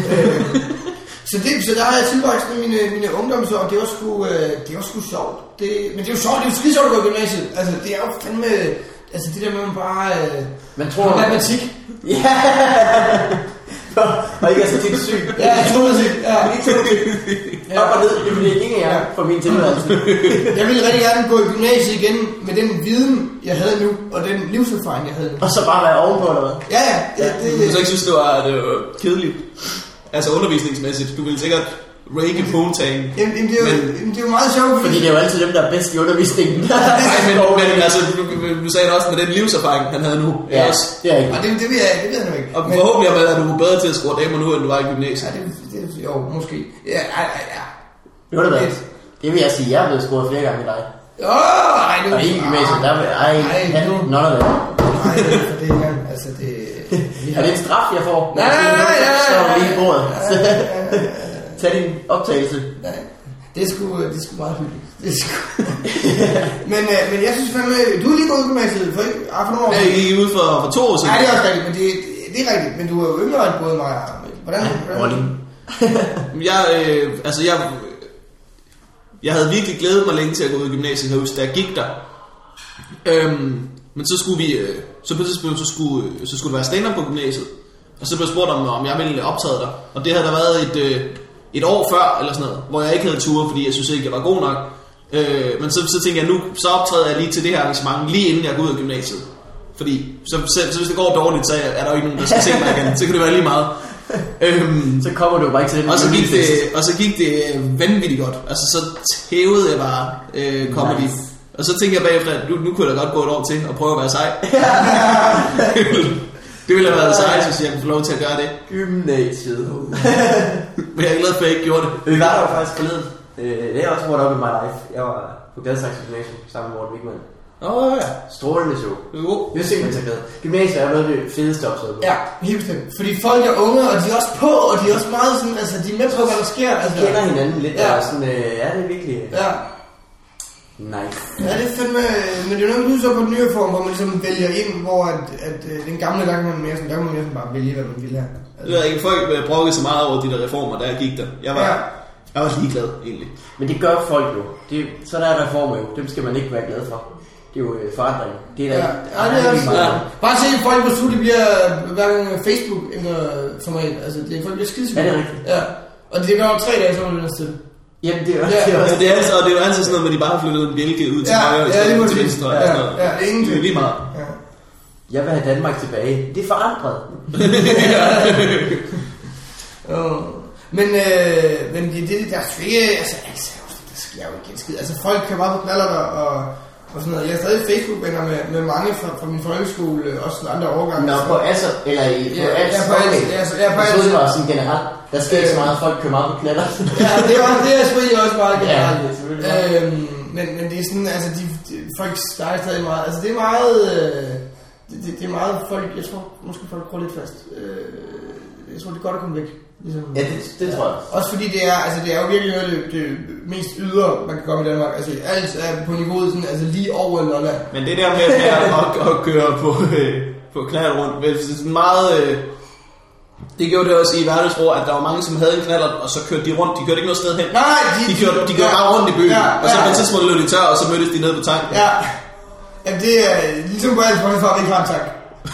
Så der har jeg tilbragt mine ungdomsår, og det var sgu sjovt. Men det er jo sjovt, det er jo skide sjovt at gå i gymnasiet. Altså, det er jo fandme... Altså, det der med, man bare... Man tror... matematik. Ja! Og ikke er så tit syg. Ja, matematik. Ja. Op og ned, det er ikke jeg for min tilværelse. Jeg ville rigtig gerne gå i gymnasiet igen med den viden, jeg havde nu, og den livserfaring, jeg havde nu. Og så bare være ovenpå, eller hvad? Ja. Du så ikke synes, det var kedeligt? Altså undervisningsmæssigt. Du ville sikkert rake Poontang. Jamen, det er jo meget sjovt. Fordi det er jo altid dem, der er bedst i undervisningen. Nej, men altså, du sagde også med den livserfaring, han havde nu. Ja, det er ikke. Og det ved jeg nu ikke. Og forhåbentlig er du bedre til at score damer nu, end du var i gymnasiet. Ja, jo, måske. Ja. Ved du hvad? Det vil jeg sige, jeg er blevet scoret flere gange i dig. Ej, og ikke i gymnasiet, der vil none of that. Nej, det er altså det... Er det en straf, jeg får? Nej. Så er lige i bordet. Tag din optagelse. Nej, det er sgu meget hyggeligt. Det er sgu... men jeg synes fandme... Du er lige gået i gymnasiet for ikke? For nogle år siden. Jeg gik ud for 2 år siden. Nej, det er også rigtigt, men det er rigtigt. Men du er jo yngre end både mig og Arne. Hvordan? Jeg havde virkelig glædet mig længe til at gå ud i gymnasiet herude, da jeg gik der. Men så skulle vi... Så på et tidspunkt, så skulle det være stand-up på gymnasiet. Og så blev jeg spurgt om jeg ville optræde der. Og det havde der været et år før, eller sådan noget, hvor jeg ikke havde tur, fordi jeg synes ikke, jeg var god nok. Men så tænkte jeg, nu så optræder jeg lige til det her arrangement, lige inden jeg går ud af gymnasiet. Fordi så hvis det går dårligt, så er der jo ikke nogen, der skal se mig igen. Så kan det være lige meget. Så kommer du bare ikke til den. Og så gik det vanvittigt godt. Altså så tævede jeg bare comedy. Nice. Og så tænkte jeg bagefter, at nu kunne jeg da godt gå et år til og prøve at være sej. Det ville have været sejt, hvis jeg kunne få lov til at gøre det. Gymnasiet. Men jeg er glad for, at jeg ikke gjorde det. Vi var der jo faktisk forleden. Det er også What Up In My Life. Jeg var på Gladsaxe Gymnasium sammen med Morten Wigman. Ja. Strålende show. Jeg er simpelthen så glad. Gymnasiet er noget af det fedeste opsøg. Ja, helt bestemt. Fordi folk er unge, og de er også på, og de er også meget sådan, altså de er med på, hvad der sker. Altså, de kender hinanden lidt, og sådan, ja, det er virkelig... Ja. Nice. Ja, det er fandme... Men det er noget, du så på den nye form, hvor man ligesom vælger ind, hvor at den gamle, der kan man mere sådan bare vælge, hvad man vil have. Altså. Jeg ved ikke, folk brokkede så meget over de der reformer, der jeg gik der. Jeg var også ligeglad, egentlig. Men det gør folk jo. Så der er reformer jo. Dem skal man ikke være glad for. Det er jo forandring. Det er det er bare se folk på studie bliver hverken Facebook eller som regel. Altså, det er folk bliver skidesigt. Ja, det er rigtigt. Ja. Og det går 3 dage, så er det sted. Jamen, det er også... det er jo altid sådan noget, at de bare har flyttet en bjælke ud til højre og til venstre. Ja, det er ingenting. Det er lige meget. Ja. Jeg vil have Danmark tilbage. Det er forandret. Men det der er ikke... Altså, der sker jo ikke en skid. Altså, folk kan bare på knaller der og sådan noget. Jeg er stadig Facebook-venner med mange fra min folkeskole, også andre årgange. Nå, på Asser, eller i... På Asser. Ja, på Asser. Det var sådan generelt. Der sker ikke så meget, folk kører meget på knaller. Ja, det er selvfølgelig også meget generelt. Men det er sådan, altså, folk starter stadig meget. Altså, det er meget... det er meget folk, jeg tror måske folk går lidt fast. Jeg tror det er godt at komme væk. Ligesom, ja, det tror jeg. Også fordi det er jo virkelig det mest ydre, man kan komme i Danmark. Altså alt er på niveauet sådan, altså lige over Lolland. Men det der med at køre på knald rundt, det er meget... Det gjorde det også i Værløsbro, at der var mange, som havde en knallert, og så kørte de rundt. De kørte ikke noget sted hen. Nej, de kørte bare rundt i byen. Og så på et tidspunkt løb de tør, og så mødtes de nede på tanken. Ja. Jamen det er ligesom på alt, for at ikke har en tank.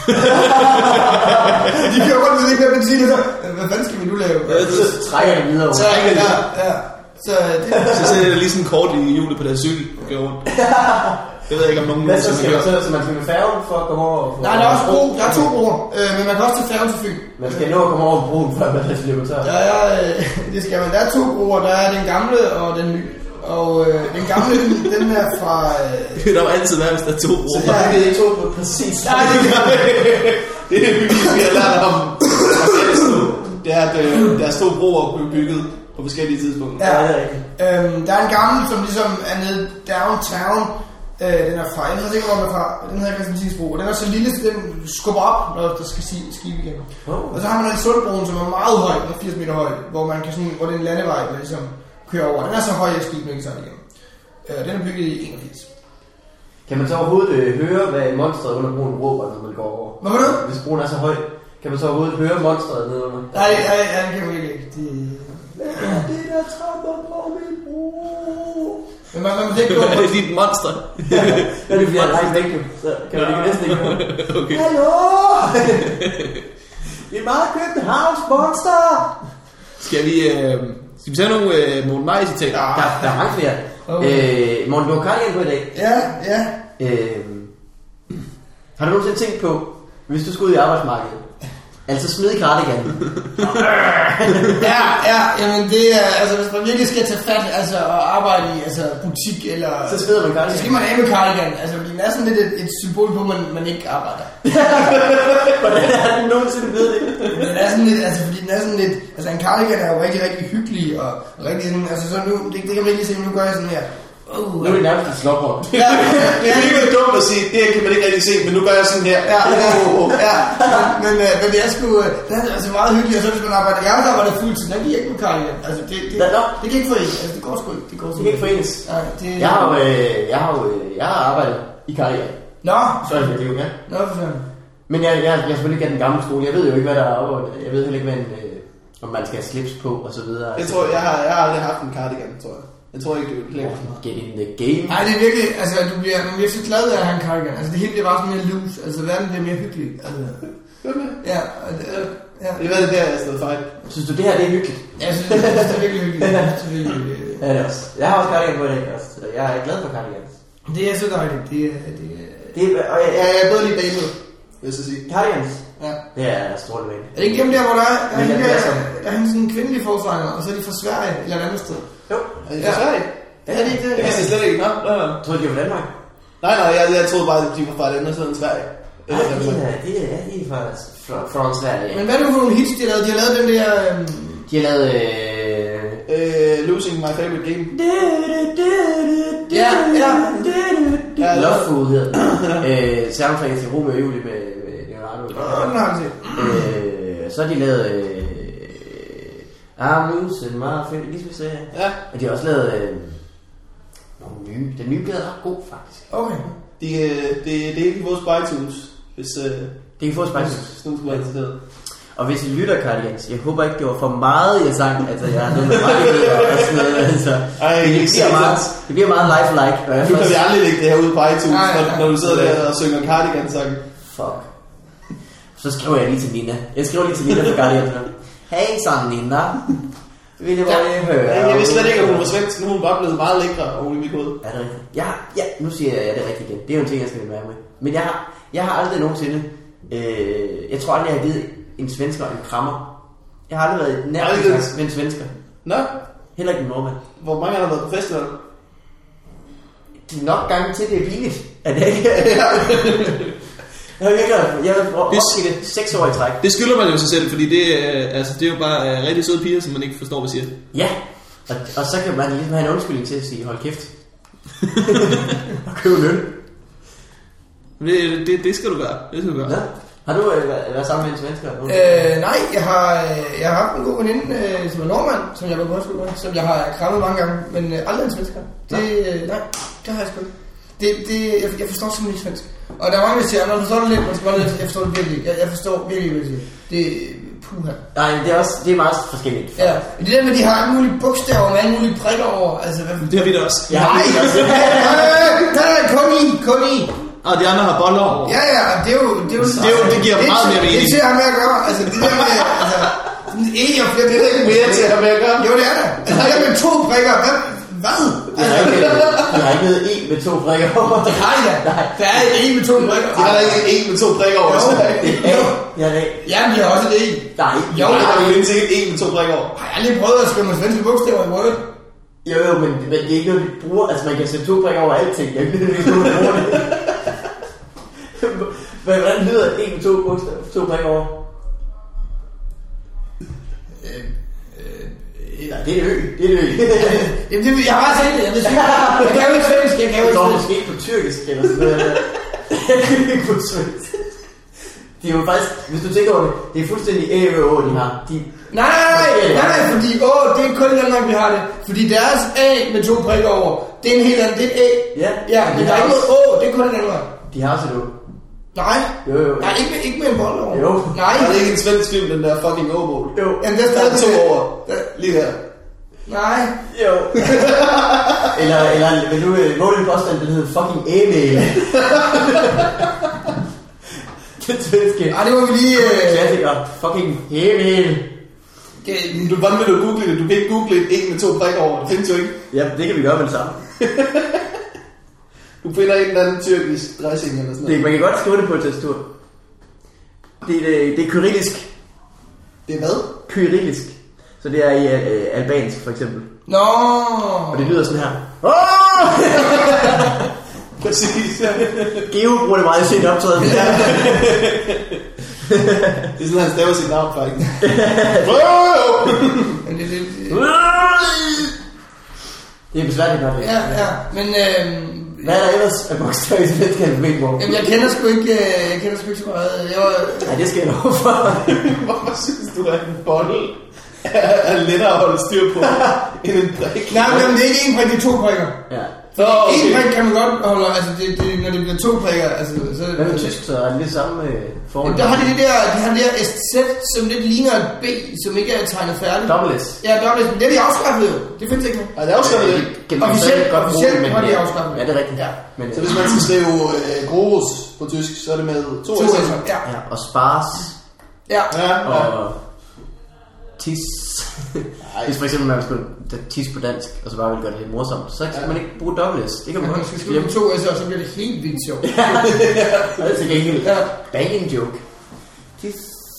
De kører rundt, hvis ikke har benzin, og så, hvad fanden skal vi nu lave? Så trækker de videre. Ja. Så sætter det lige sådan kort i hjulet på deres cykel og kører rundt. Jeg ved ikke om nogen... Så man skal med færgen for at komme over... Nej, der er også bro. Der er 2 broer, men man kan også tage færgen til Fyn. Man skal nå at komme over broen, før man skal løbe tør. Ja, det skal man. Der er 2 broer. Der er den gamle og den nye. Og den gamle, den er fra... Det er jo altid været, hvis der er 2 broer. Så jeg ved ikke 2 på præcis. Nej, det er det, vi har lært om. Det er, at der er 2 broer bygget på forskellige tidspunkter. Ja, det er rigtigt. Der er en gammel, som ligesom er nede downtown. Den er fra, jeg ved ikke, hvor den er fra. Den hedder Christiansbro. Og den er så lille, så den skubber op, når der skal skibe igen. Og så har man en Sundbroen, som er meget høj, 80 meter høj, hvor man kan sådan, hvor det er en landevej, der ligesom kører over. Den er så høj, at skibene ikke sejler igen. Den er bygget i 81. Kan man så overhovedet høre, hvad monstret under broen råber, når man går over? Hvad var det? Hvis broen er så høj, kan man så overhovedet høre monstret nede under? Nej, det kan man ikke. Det der trapper på min bro. Men man må ikke gå på. Det er dit monster. Ja, det bliver langt væk, så kan man ikke næsten ikke høre. Okay. Hallo! Det er meget Københavns monster! Skal vi tage nogle Morten Maj-citater? Der er mange flere. Okay. Morten, du har cardigan på i dag. Ja. Har du nogensinde tænkt på, hvis du skal ud i arbejdsmarkedet, altså smid cardigan? Jamen det er, altså hvis man virkelig skal tage fat, altså og arbejde i, altså butik eller... Så smider man cardigan. Så skal man af med cardigan, altså fordi den er sådan lidt et symbol på, at man ikke arbejder. Hvordan er den nogensinde blevet det? Den er sådan lidt, altså fordi den er sådan lidt, altså en cardigan er jo rigtig, rigtig hyggelig og rigtig sådan, altså så nu, det kan man ikke lige se, nu gør jeg sådan her. Nu er det nærmest et slåbrok. Det er ikke dumt at sige, det kan man ikke rigtig se, men nu gør jeg sådan her. Men det er sgu, det er altså meget hyggeligt, og så hvis man arbejder, jeg har arbejdet fuldtid, der giver ikke med cardigan. Altså det kan ikke forenes, altså det går sgu ikke. Det kan ikke forenes. Jeg har arbejdet i cardigan. Nå. Så er det jo, ja. Nå, for sådan. Men jeg selvfølgelig ikke af den gamle skole. Jeg ved jo ikke, hvad der er over. Jeg ved heller ikke, om man skal have slips på og så videre. Jeg tror, jeg har aldrig haft en cardigan, tror jeg. Jeg tror ikke, det er lækkert. Get in the game. Nej, det er virkelig, altså man bliver så glad af at have en cardigan. Altså det hele bliver bare sådan mere loose. Altså verden bliver mere hyggelig. Altså, ja. Det er der, jeg stod fejl. Synes du, det her det er hyggeligt? Ja, jeg synes, det er virkelig hyggeligt. Ja, det er også. Jeg har også cardigan på i dag også. Jeg er glad for cardigans. Det er så dejligt. Og jeg er både lige bagmed, vil jeg så sige. Cardigans? Ja. Det er strålende. Er det ikke dem der, hvor der er sådan en kvindelig forsanger, og så er de fra Sverige eller et andet sted? Jo. Er de fra Sverige? Ja, det er ikke det. Det vidste jeg slet ikke. Nå. Tror du, de var fra Danmark? Nej, jeg troede bare, at de var fra et andet sted end Sverige. Nej, det er fra Sverige, ja. Men hvad er det for nogle hits, de har lavet? De har lavet den der... De har lavet... Losing My Favorite Game. Ja. Love Food hedder soundtracket til Romeo og Julie med Leonardo. Den har jeg set. Så har de lavet... I'm losing my favorite... Ligesom vi sagde. Ja. Og de har også lavet... nogle nye. Den nye plade er ret god, faktisk. Okay. Det er ikke vores iTunes, hvis... Det kan få iTunes. Snus var interesseret. Og hvis I lytter, Cardigans, jeg håber ikke, det var for meget, jeg sang. Altså, jeg har noget med rettigheder og sådan noget. Altså, det bliver meget lifelike. Nu kan vi aldrig lægge det her ud på iTunes, når du sidder der og synger Cardigans-sangen. Fuck. Så skriver jeg lige til Nina. Jeg skriver lige til Nina på Cardigans. Hey, sådan Nina. Vil det bare høre? Jeg vidste slet ikke, at hun var svensk. Nu er hun bare blevet meget lækre oven i mit hoved. Er det rigtigt? Ja, nu siger jeg det rigtigt igen. Det er jo en ting, jeg skal være med. Men jeg har aldrig nogensinde... jeg tror aldrig, jeg har givet en svensker en krammer. Jeg har aldrig været nærmest med en svensker. Nå? Heller ikke en nordmand. Hvor mange har der været på festival? Det er nok gange til, det er pinligt. At det ikke jeg har opgivet det 6 år i træk. Det skylder man jo sig selv, fordi det er jo bare rigtig søde piger, som man ikke forstår, hvad siger. Ja, og så kan man ligesom have en undskyldning til at sige, hold kæft. Og købe løn. Det skal du gøre. Ja. Har du været sammen med en svensker? Nej, jeg har haft en god veninde, som er nordmand, som jeg var på højskole med, som jeg har krammet mange gange, men aldrig en svensker. Nej, det har jeg sgu ikke. Jeg forstår simpelthen ikke svensk. Og der er mange, der siger, når du forstår det lidt, man skal bare lidt, jeg forstår det virkelig. Jeg forstår virkelig, hvad de siger. Det er puha. Nej, det er meget forskelligt. Ja, det der med, de har alle mulige bogstaver med alle mulige prikker over. Altså, det har vi da også. Nej, kun i. Og de andre har boller over. Ja, det er jo det giver meget mere mening. Det er til at have med at gøre. Altså, det der med, altså, og flere, det er ikke mere til at have med at gøre. Jo, det er det. Altså, det er med 2 prikker. Hvad? Der er ikke noget E med 2 prikker over. Det har jeg. Der er et E med 2 prikker. Det er der ikke et E med 2 prikker over. Jo, det er A. Ja, det er. Jamen, de har også et E. Nej. Jo, der er jo ikke et E med 2 prikker over. Har jeg lige prøvet at skrive med svenske bogstaver i Word? Jo, men det er ikke noget, vi bruger. Altså, man kan sætte 2 prikker over alting. Jeg ved ikke, hvad man bruger det. Hvordan lyder et E med 2 bogstaver? 2 prikker over? Nej, det er ø. Jamen, jeg har bare set det. Jeg kan jo ikke svensk. Jeg kan jo ikke svensk. Måske ikke på tyrkisk eller sådan noget. Ikke på svensk. De er jo faktisk, hvis du tænker over det, det er fuldstændig æ-ø-å, de har. Nej, fordi det er kun i Danmark, vi har det. Fordi deres A med 2 prikker over, det er en helt anden, det er et A. Ja, men der er ikke noget å, det er kun i Danmark. De har også et å. Nej. Jo. Nej, ikke med en bold over. Jo. Nej. Er det ikke en svensk film, den der fucking å-mål? Jo. Jamen, der er 2 over. Lige her. Nej. Jo. eller vil du måle en påstand, den hedder fucking Emil. Det svenske. Ej, det var vi lige... Klassiker. Fucking Emil. Hvordan vil du google det? Du kan ikke google et E med 2 prikker over. Det findes jo ikke. Ja, det kan vi gøre med det samme. Du finder en eller anden tyrkisk dressing eller sådan noget. Man kan godt skrive det på et tastatur. Det er kyrillisk. Det er hvad? Kyrillisk. Så det er i albansk for eksempel. Nå. Og det lyder sådan her. Præcis. Geo bruger det meget i sin optræden. Det er sådan, han staver sit navn faktisk. Det er besværligt nok. Ja, men... hvad er der ellers af bogstaver i svensk alfabet, Morten? Jamen, jeg kender sgu ikke så meget. Nej, det skal jeg love for. Hvorfor synes du, at en bolle er lettere at holde styr på end en prik? Nej, men det er ikke en prik, det er 2 prikker. Ja. En prik kan man godt holde, altså når det bliver 2 prikker, altså... Hvad med tysk, så er det det samme forhold? Der har de det der SZ, som lidt ligner et B, som ikke er tegnet færdigt. Dobbelt S. Ja, dobbelt S, men det er de afskaffet jo. Det findes ikke nu. Ja, det er afskaffet jo. Officielt har de afskaffet. Ja, det er rigtigt. Ja. Men, så hvis man skal skrive Groros på tysk, så er det med 2 S. Ja. Og spars. Ja. Og tis. Hvis for eksempel man skulle tis på dansk, og så bare vil gøre det lidt morsomt, så kan man ikke bruge dobbelt S. Det kan man godt. Man skal skrive 2 S'er, og så bliver det helt vildt sjovt. Ja, det er til gengæld. Banging joke. Tis.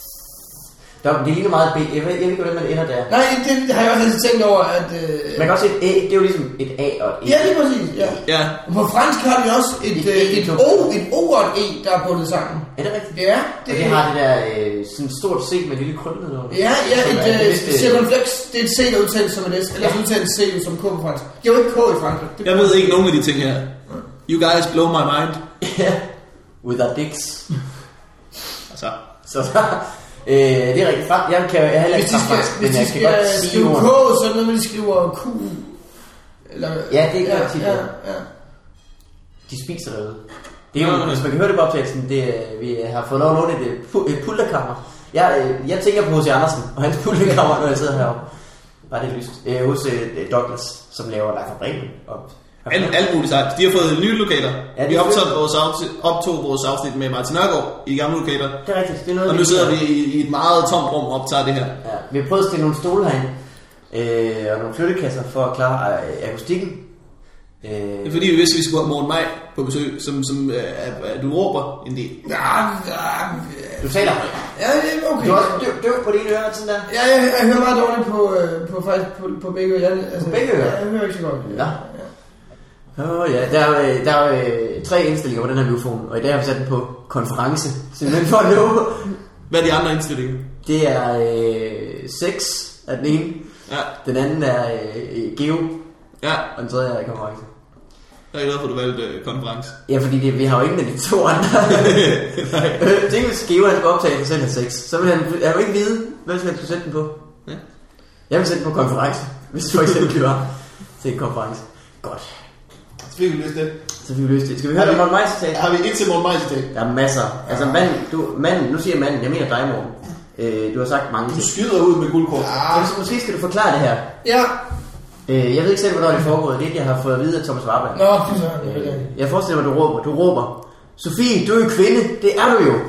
Det ligner meget B. Jeg ved ikke, hvordan man ender der. Nej, det har jeg også tænkt over, at... Man kan også se et A, det er jo ligesom et A og et E. Ja, lige præcis, ja. Og på fransk har vi også et O og et E, der er bundet sammen. Er det rigtigt? Ja. Og det har det der sådan stort C med lille krøllet over. Ja, et circumflex, det er et C, der udtales som et S, eller udtales C som K på fransk. Det er jo ikke K i Frankrig. Jeg ved ikke nogen af de ting her. You guys blow my mind. Ja, with our dicks. Altså. Så det er rigtigt. Jeg har heller ikke fransk, men jeg kan godt sige skrive K, så er det noget, de skriver Q. Eller, ja, det er tit. Ja. De spiser derude. Det er jo, hvis man kan høre det på optagelsen, vi har fået lov at låne et pulterkammer. Jeg tænker på H.C. Andersen og hans pulterkammer, når jeg sidder heroppe. Bare det lyst. Hos Douglas, som laver Life of Bremen. Alt muligt sejt. De har fået nye lokaler. Ja, vi optog vores afsnit med Martin Nørgaard i de gamle lokaler. Det er rigtigt. Det er noget, og nu sidder vi i et meget tomt rum og optager det her. Ja, vi har prøvet at stille nogle stole herinde. Og nogle flyttekasser for at klare akustikken. Det er fordi, hvis vi skulle have Morten Maj på besøg, som du råber en del. Du taler højt. Ja, det er okay. Du er også døv på det ene øre, sådan der? Ja, jeg hører meget dårligt på begge ører. Altså, på begge ører? Ja, jeg hører ikke så godt. Ja. Der er 3 indstillinger på den her mikrofon, og i dag har vi sat den på konference, simpelthen for at nå. Hvad er de andre indstillinger? Det er 6 af den ene. Ja. Den anden er Geo. Ja. Og den tredje er konference. Jeg er glad for, at du valgte konference. Ja, fordi vi har jo ingen af de 2 andre. Tænk, hvis Skiver han skulle optage for Center 6, så vil han jo ikke vide, hvad han skulle sætte den på. Ja. Jeg vil sætte den på konference, hvis for eksempel var til en konference. Godt. Så fik vi løst det. Skal vi høre det Morten Maj-citat? Har vi ikke til Morten Maj-citat? Der er masser. Altså manden, nu siger manden, jeg mener dig, Morten. Du har sagt mange ting. Du skyder ud med guldkort. Måske skal du forklare det her. Ja. Jeg ved ikke selv, hvornår det er foregået. Det er det, jeg har fået at vide af Thomas Warberg. Nå, jeg forestiller mig, du råber. Sofie, du er jo kvinde. Det er du jo.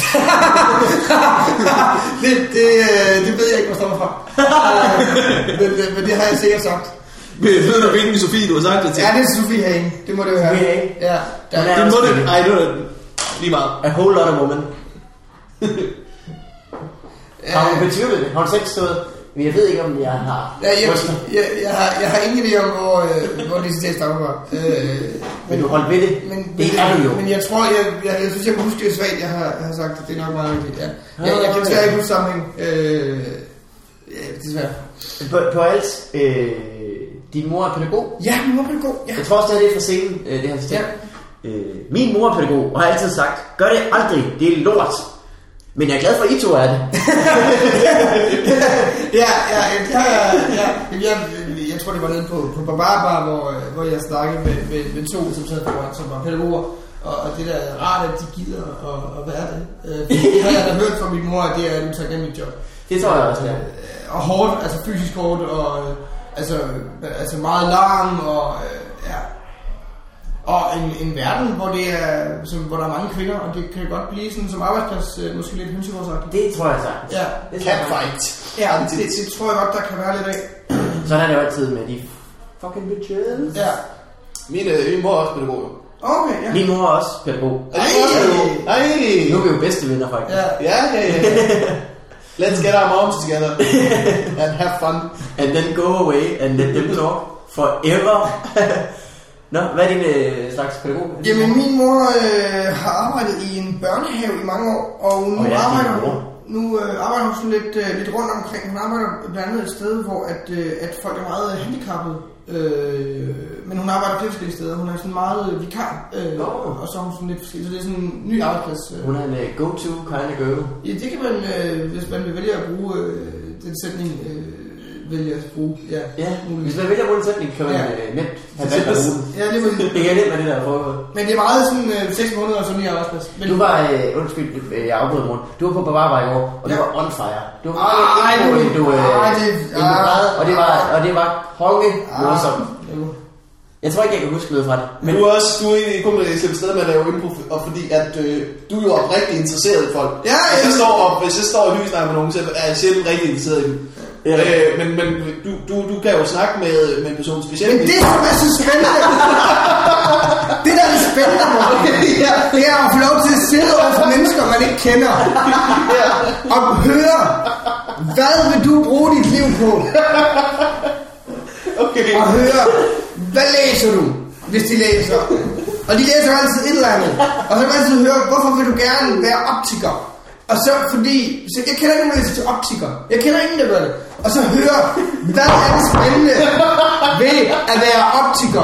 det ved jeg ikke, hvor står fra. Men det har jeg sikkert sagt. Ved du, hvilken Sofie du har sagt det til? Ja, det er Sofie Hagen. Det må det jo have. Ja. Det må det. Ej, det er lige meget. A whole lot of woman. Har hun betvivlet det? Har hun selv stået? Men jeg ved ikke, om jeg har... Jeg har ingen idé om, hvor det citat stammer fra. Men du holdt ved det? Det er du jo. Men jeg tror, jeg synes, jeg kan huske det svagt, jeg har sagt det. Det er nok meget rigtigt, ja. Jeg kan desværre ikke huske sammenhæng. Desværre. På alt... din mor er pædagog? Ja, min mor er pædagog, ja. Jeg tror også, det er fra scenen, det her citat. Min mor er pædagog, og har altid sagt, gør det aldrig, det er lort. Men jeg er glad for, at I to er det. Jeg tror, det var nede på Barbar, hvor jeg snakkede med 2, som sad foran, som var pædagoger. Og det der er rart, at de gider at være det. Det har jeg da hørt fra min mor, at det er et utaknemmeligt job. Det tror jeg også, ja. Og hårdt, altså fysisk hårdt, og altså meget larm, og og en verden, hvor hvor der er mange kvinder, og det kan godt blive sådan som arbejdsplads, måske lidt hønsegårdsagtigt. Det tror jeg sagt. Ja. Catfight. Ja, det tror jeg godt, der kan være lidt af. Sådan er det jo altid med de fucking bitches. Ja. Min mor er også pædagog. Okay, ja. Min mor er også pædagog. Ej. Nu er vi jo bedste venner, faktisk. Ja. Let's get our moms together and have fun. And then go away and let them talk forever. Nå, hvad er din slags pædagog? Jamen, min mor har arbejdet i en børnehave i mange år, og nu arbejder hun sådan lidt rundt omkring. Hun arbejder blandt andet et sted, hvor at folk er meget handicappede, men hun arbejder flere forskellige steder. Hun er sådan meget vikar, og så er hun sådan lidt forskellig, så det er sådan en ny arbejdsplads. Hun er en go-to kind of girl. Ja, det kan man, hvis man vil vælge at bruge den sætning... vælge at bruge, ja. Hvis man vælger at bruge en sætning, kan man nemt have valgt at bruge den. Ja, det er nemt med det der foregået. Men det er meget sådan 6 måneder og sådan i arbejdsplads. Du var, undskyld, jeg afbryder morgen. Du var på Bavaria i går, og du var on fire. Du var og det var konge morsomt. Jeg tror ikke, jeg kan huske noget fra det. Men du er egentlig kun med et sted med at lave improv, og fordi at du er jo oprigtigt interesseret i folk. Ja. Hvis jeg står og hysner med nogen, så er jeg selv rigtig interesseret i dem. Ja. Men du kan jo snakke med en person specielt. Men det som er så spændende, det der er det spændende, det er at få lov til at sidde over for mennesker, man ikke kender, og høre, hvad vil du bruge dit liv på? Okay. Og høre, hvad læser du, hvis de læser? Og de læser altid et eller andet. Og så kan man altid høre, hvorfor vil du gerne være optiker? Og så fordi, så jeg kender ikke nogen, der til optiker. Jeg kender ingen, der gør det. Og så høre, hvad er det spændende ved at være optiker?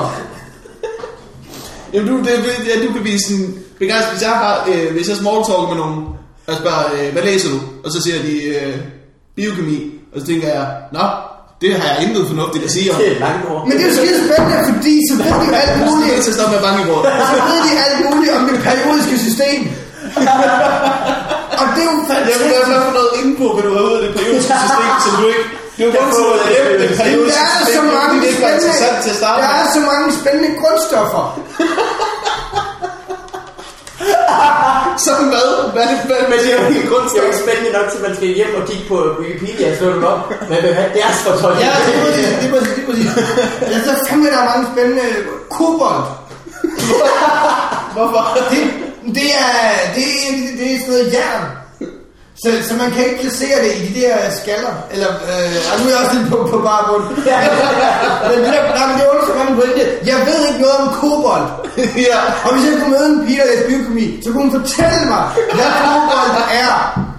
Jamen du kan blive sådan begejstret, hvis jeg smalltalker med nogen, og spørger, hvad læser du? Og så siger de, biokemi. Og så tænker jeg, nå, det har jeg intet fornuftigt at sige om. Det er langt ord. Men det er jo skide spændende, fordi så ved de jo alt muligt. Så stopper jeg bange i bordet. Så ved de alt muligt om det periodiske system. Og det er jo fantastisk. Jeg vil have noget inde på, hvad du har ud af det periodiske system, som du ikke... Det er jo kun sådan noget det periodiske system, det ikke var interessant til at starte med. Der er så mange spændende grundstoffer. Sådan hvad? Men det er jo ikke grundstoffer. Det er jo ikke spændende nok, til man skal hjem og kigge på Wikipedia og slå dem op. Men vil have deres fortolkning. Ja, det er præcis. Jeg så fandme, der er mange spændende kobolt. Hvorfor? Det er sådan noget jern. Så man kan ikke placere det i de der skaller. Eller, nu er jeg også lidt på bare bund. Men det er også mange pointe. Jeg ved ikke noget om kobolt. Ja. Og hvis jeg kunne møde en pige, der læser biokemi, så kunne hun fortælle mig, hvad kobolt er.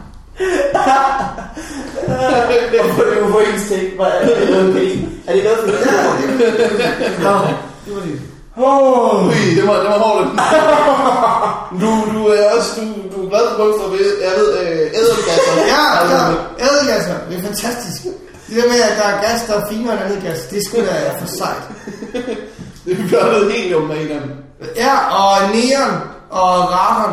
Du får ens ting. Er det noget for det? Ja, det var det. Det var hårdt. Du er også du er glad for Brøndstrup. Jeg ved, ædelgasser. Ja, ædelgasser. Det er fantastisk. Det der med, at der er gas, der er finere end andet gas, det er sgu da for sejt. Det gør noget helium med en af dem. Ja, og neon, og radon,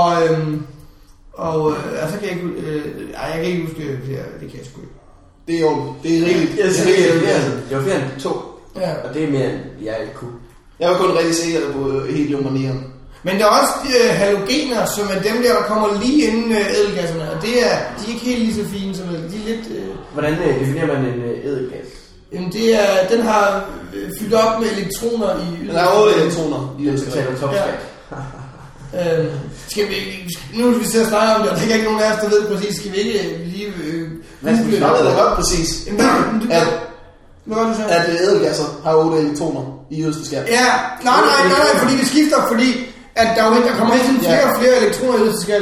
og så kan jeg ikke... jeg kan ikke huske det kan jeg sgu ikke. Det er jo, det er rigeligt. Det var flere end 2, og det er mere end jeg ikke kunne. Jeg var kun rigtig sikker på helium og neon. Men der er også halogener, som er dem der kommer lige inden ædelgasserne, og de er ikke helt lige så fine som de er lidt... Hvordan definerer man en ædelgas? Jamen den har fyldt op med elektroner i... Den har 8 elektroner i yderste. Skal vi nu vil vi sidde og snakke om det, og der er ikke nogen af os, der ved præcis. Skal vi ikke lige google det? Jeg ved det godt præcis. At ædelgasser har 8 elektroner i yderste skab. Ja, nej, fordi det skifter, fordi at der kommer hele tiden flere og flere elektroner i yderste skab.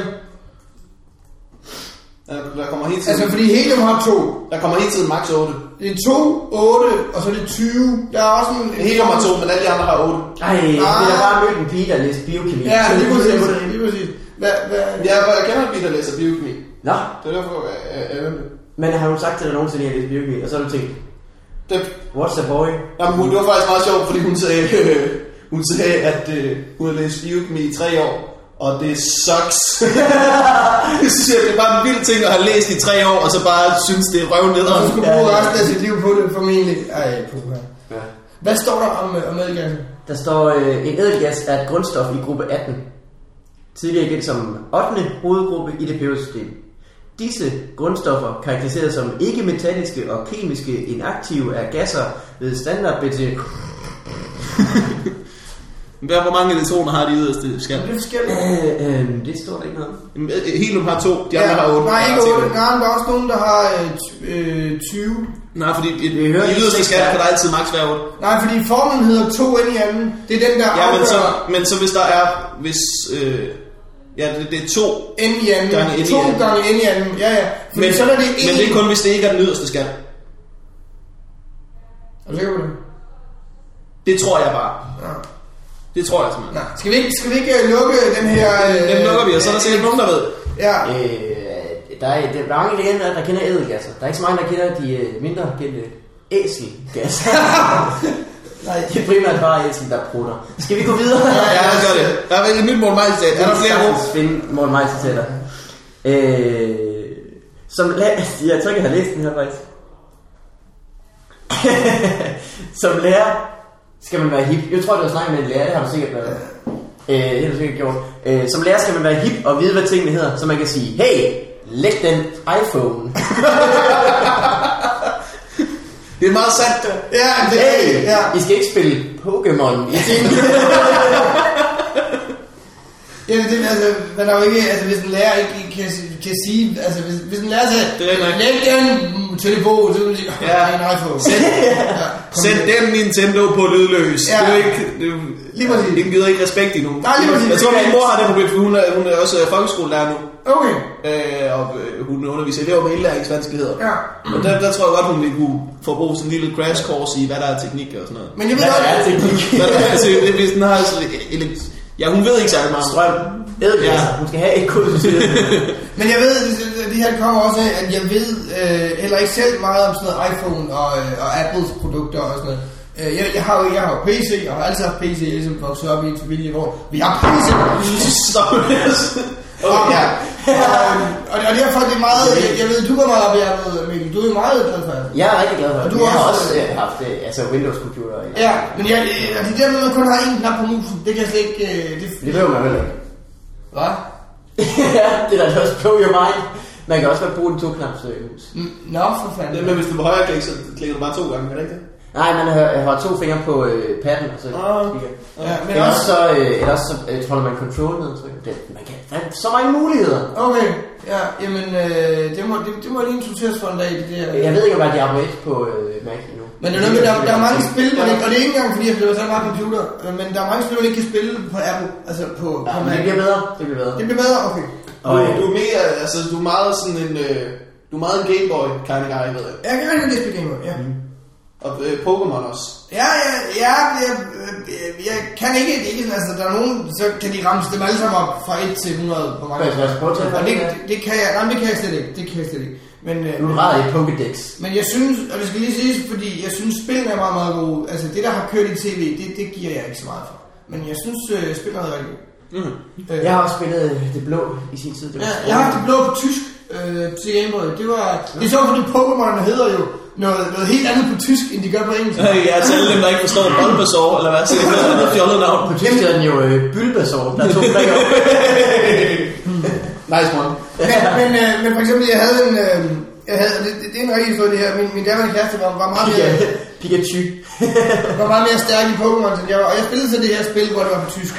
Der kommer hele tiden... Altså fordi helium har 2. Der kommer hele tiden max 8. Det er 2, 8, og så er det 20. Der er også en... Helium har 2, men alle de andre har 8. Ej, det er bare mødt en pige, der læser biokemi. Ja, lige præcis. Jeg kender en pige, der læser biokemi. Nå. Det er derfor, jeg ved det. Men har hun sagt til dig nogensinde, at jeg læser biokemi, og så har du tænkt... What's a boy? Jamen, det var faktisk meget sjovt, fordi hun sagde, at hun har læst biokemi i 3 år. Og det sucks. Jeg synes, det er bare en vild ting at have læst i 3 år, og så bare synes, det er røvnederen. Du skulle bruge resten af sit liv på det, formentlig. Ej, puha. Ja. Hvad står der om ædelgassen? Der står, en ædelgas er et grundstof i gruppe 18. Tidligere gik som 8. hovedgruppe i det periodiske. Disse grundstoffer karakteriseres som ikke-metalliske og kemiske inaktive er gasser ved standardbeting. Hvor mange elektroner har de yderste skab? Det er forskelligt. Det står der ikke noget. Helium har 2, de andre har 8. Nej, ikke 8. Nej, der er også nogen, der har 20. Nej, fordi i yderste skab kan der altid maks være 8. Nej, fordi formlen hedder 2 ind i anden. Det er den, der afgør... men så hvis der er... det er 2 ind i anden. 2 gange ind i anden. Ja. Men så er det 1. Men det er kun, hvis det ikke er den yderste skab. Er du sikker på det? Det tror jeg bare. Ja. Det tror jeg simpelthen. Nej. Skal vi ikke lukke den her... Den lukker vi, og så er der sikkert nogen, der ved. Ja. Der er mange legender, der kender ædelgasser. Der er ikke så mange, der kender de mindre kendte æselgasser. Nej. Det er primært bare æsel, der prutter. Skal vi gå videre? Ja, det gør det. Der er et nyt Morten Mejl-citat. Er der flere ord? Jeg finde Morten Mejl-citater. Jeg tror ikke, jeg har læst den her faktisk. Som lærer skal man være hip. Jeg tror, det var snakket med en lærer, det har du sikkert været. Det har du sikkert gjort. Som lærer skal man være hip og vide, hvad tingene hedder, så man kan sige, hey, læg den iPhone. Det er meget sandt. Ja, det hey, ja. I skal ikke spille Pokémon i tingene. Ja, det, altså, man er jo ikke, altså hvis en lærer ikke kan sige, altså hvis en lærer siger, læg den telefon, så vil du sige, en iPhone. Send den Nintendo på lydløs. Ja. Det er ikke, lige præcis. Den giver ikke respekt endnu. Nej, lige præcis. Jeg tror, min mor har det problem, for hun er også folkeskolelærer nu. Okay. Og hun underviser elever med indlæringsvanskeligheder. Ja. Og der tror jeg godt, hun ville kunne få brug sådan en lille crash course i, hvad der er teknik og sådan noget. Men jeg ved hvad er teknik? Hvis den har ja, hun ved ikke særlig meget. Strøm. Hun skal have et kodesystem. Men jeg ved, det her kommer også af, at jeg ved heller ikke selv meget om sådan noget iPhone og Apples produkter og sådan noget. Jeg har jo PC, og har altid haft PC, ligesom vokset op i en familie, hvor vi har PC. Og derfor det er meget, jeg ved, du går meget op i Apple, Mikkel. Du er meget glad for Apple. Jeg er rigtig glad for det. Jeg har også haft Windows-computer. Ja, men det der med, at man kun har én knap på musen, det kan jeg slet ikke... Det behøver man vel ikke. Hvad? Ja, det er da også blow your mind. Man kan også godt bruge en 2-knaps mus. Nå, for fanden. Men hvis du på højre klik, så klikker du bare 2 gange, er det ikke det? Nej, man har 2 fingre på padden, og så ja, men eller også holder man control ned, så man kan så mange muligheder. Okay, ja, jamen det må lige introduceres for en dag, det der. Jeg ved ikke, om jeg er på Mac endnu. Men det er noget med, der er mange spil, og det er ikke engang fordi, jeg spiller så meget computer, men der er mange spil, man ikke kan spille på Apple, altså på Mac. Det bliver bedre. Det bliver bedre, okay. Du er mere, altså du er meget sådan en, du er meget en Gameboy kind of guy, ved jeg. Jeg kan rigtig spille Gameboy, ja. Og Pokémon også. Ja, jeg kan ikke, altså der er nogen, så kan de ramme dem alle sammen op fra 1 til 100 på mange. Og det kan jeg slet ikke. Men, du er ret i Pokédex. Men jeg synes, og det skal lige siges, fordi jeg synes, spillene er meget, meget gode. Altså det, der har kørt i tv, det giver jeg ikke så meget for. Men jeg synes, spillet er rigtig godt. Jeg har også spillet det blå i sin tid. Jeg har haft det blå på tysk til Game Boy. Det er så, fordi Pokémon hedder jo noget helt andet på tysk, end de gør på engelsk. Ja, til alle dem, der ikke forstår Bulbasaur, eller hvad, så det er noget fjollet navn. På tysk er den jo Bulbasaur, der er 2 prikker. Nice one. Men for eksempel, jeg havde det er en rigtig historie det her. Min daværende kæreste var meget mere... Pikachu. var meget mere stærk i Pokémon, end jeg var. Og jeg spillede så det her spil, hvor det var på tysk.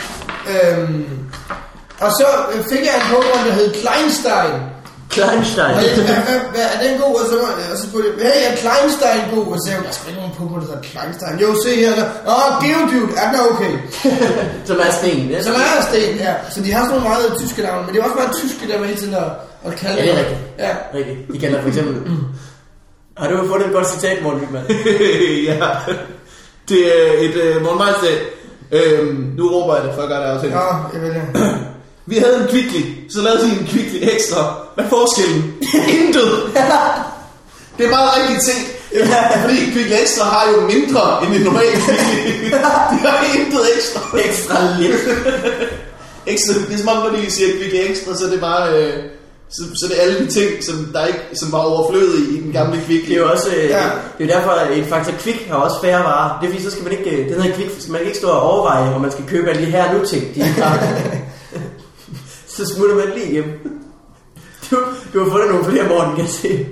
Og så fik jeg en Pokémon, der hed Kleinstein. Kleinstein? Er den god? Og så spurgte jeg, hey, er Kleinstein god? Og så sagde jeg, der skal ikke nogen Pokémon, der hedder Kleinstein. Jo, se her. Geodude, er den okay? Som er sten. Som er sten, ja. Så de har sådan nogle meget tyske navne, men det er også meget tyske, der var hele tiden at kalde det. Ja, det er rigtigt. Ja. Rigtigt. De kalder for eksempel... Har du fundet et godt citat, Morten Wigman? Ja. Det er et Morten Majstad. Nu råber jeg det, for at gøre det afsæt. Ja, jeg ved det. Vi havde en Kvickly, så lavede de en Kvickly ekstra. Hvad er forskellen? Intet! Det er meget rigtigt set. Fordi Kvickly ekstra har jo mindre end en normal Kvickly. De har intet ekstra. Ekstra lidt. Ekstra. Det er som om, når de siger Kvickly ekstra, så er det bare... Så det er alle de ting, som var overflødige i den gamle Kvick. Det er jo også, det er jo derfor, at et Fakta Kvick har også færre varer. Det er fordi, så skal man ikke, den hedder Kvick, så man kan ikke stå og overveje, om man skal købe alle de her nu ting, de ikke har. Så smutter man lige hjem. Du har fundet nogle flere, Morten, kan jeg se.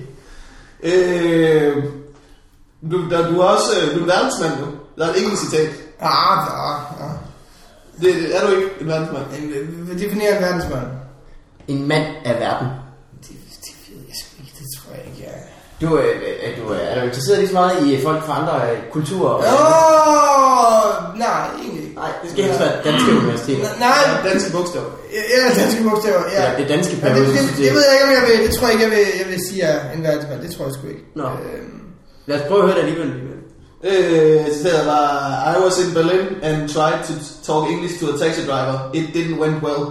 Du er også du er verdensmand nu. Der er et enkelt citat. Ja. Det er du ikke en verdensmand? Hvad definerer en verdensmand? En mand af verden. Det ved jeg sgu ikke, det tror jeg ikke, jeg er. Er du interesseret lige så meget i folk fra andre kulturer? Nej, egentlig ikke. Nej, det skal helst være danske universiteter. Nej, danske bogstaver. Ja, danske bogstaver, ja. Ja, det danske det ved jeg ikke, om jeg vil. Det tror jeg ikke, jeg vil sige er en verdensmand. Det tror jeg sgu ikke. Nå. Lad os prøve at høre det alligevel. Citatet var, I was in Berlin and tried to talk English to a taxi driver. It didn't went well.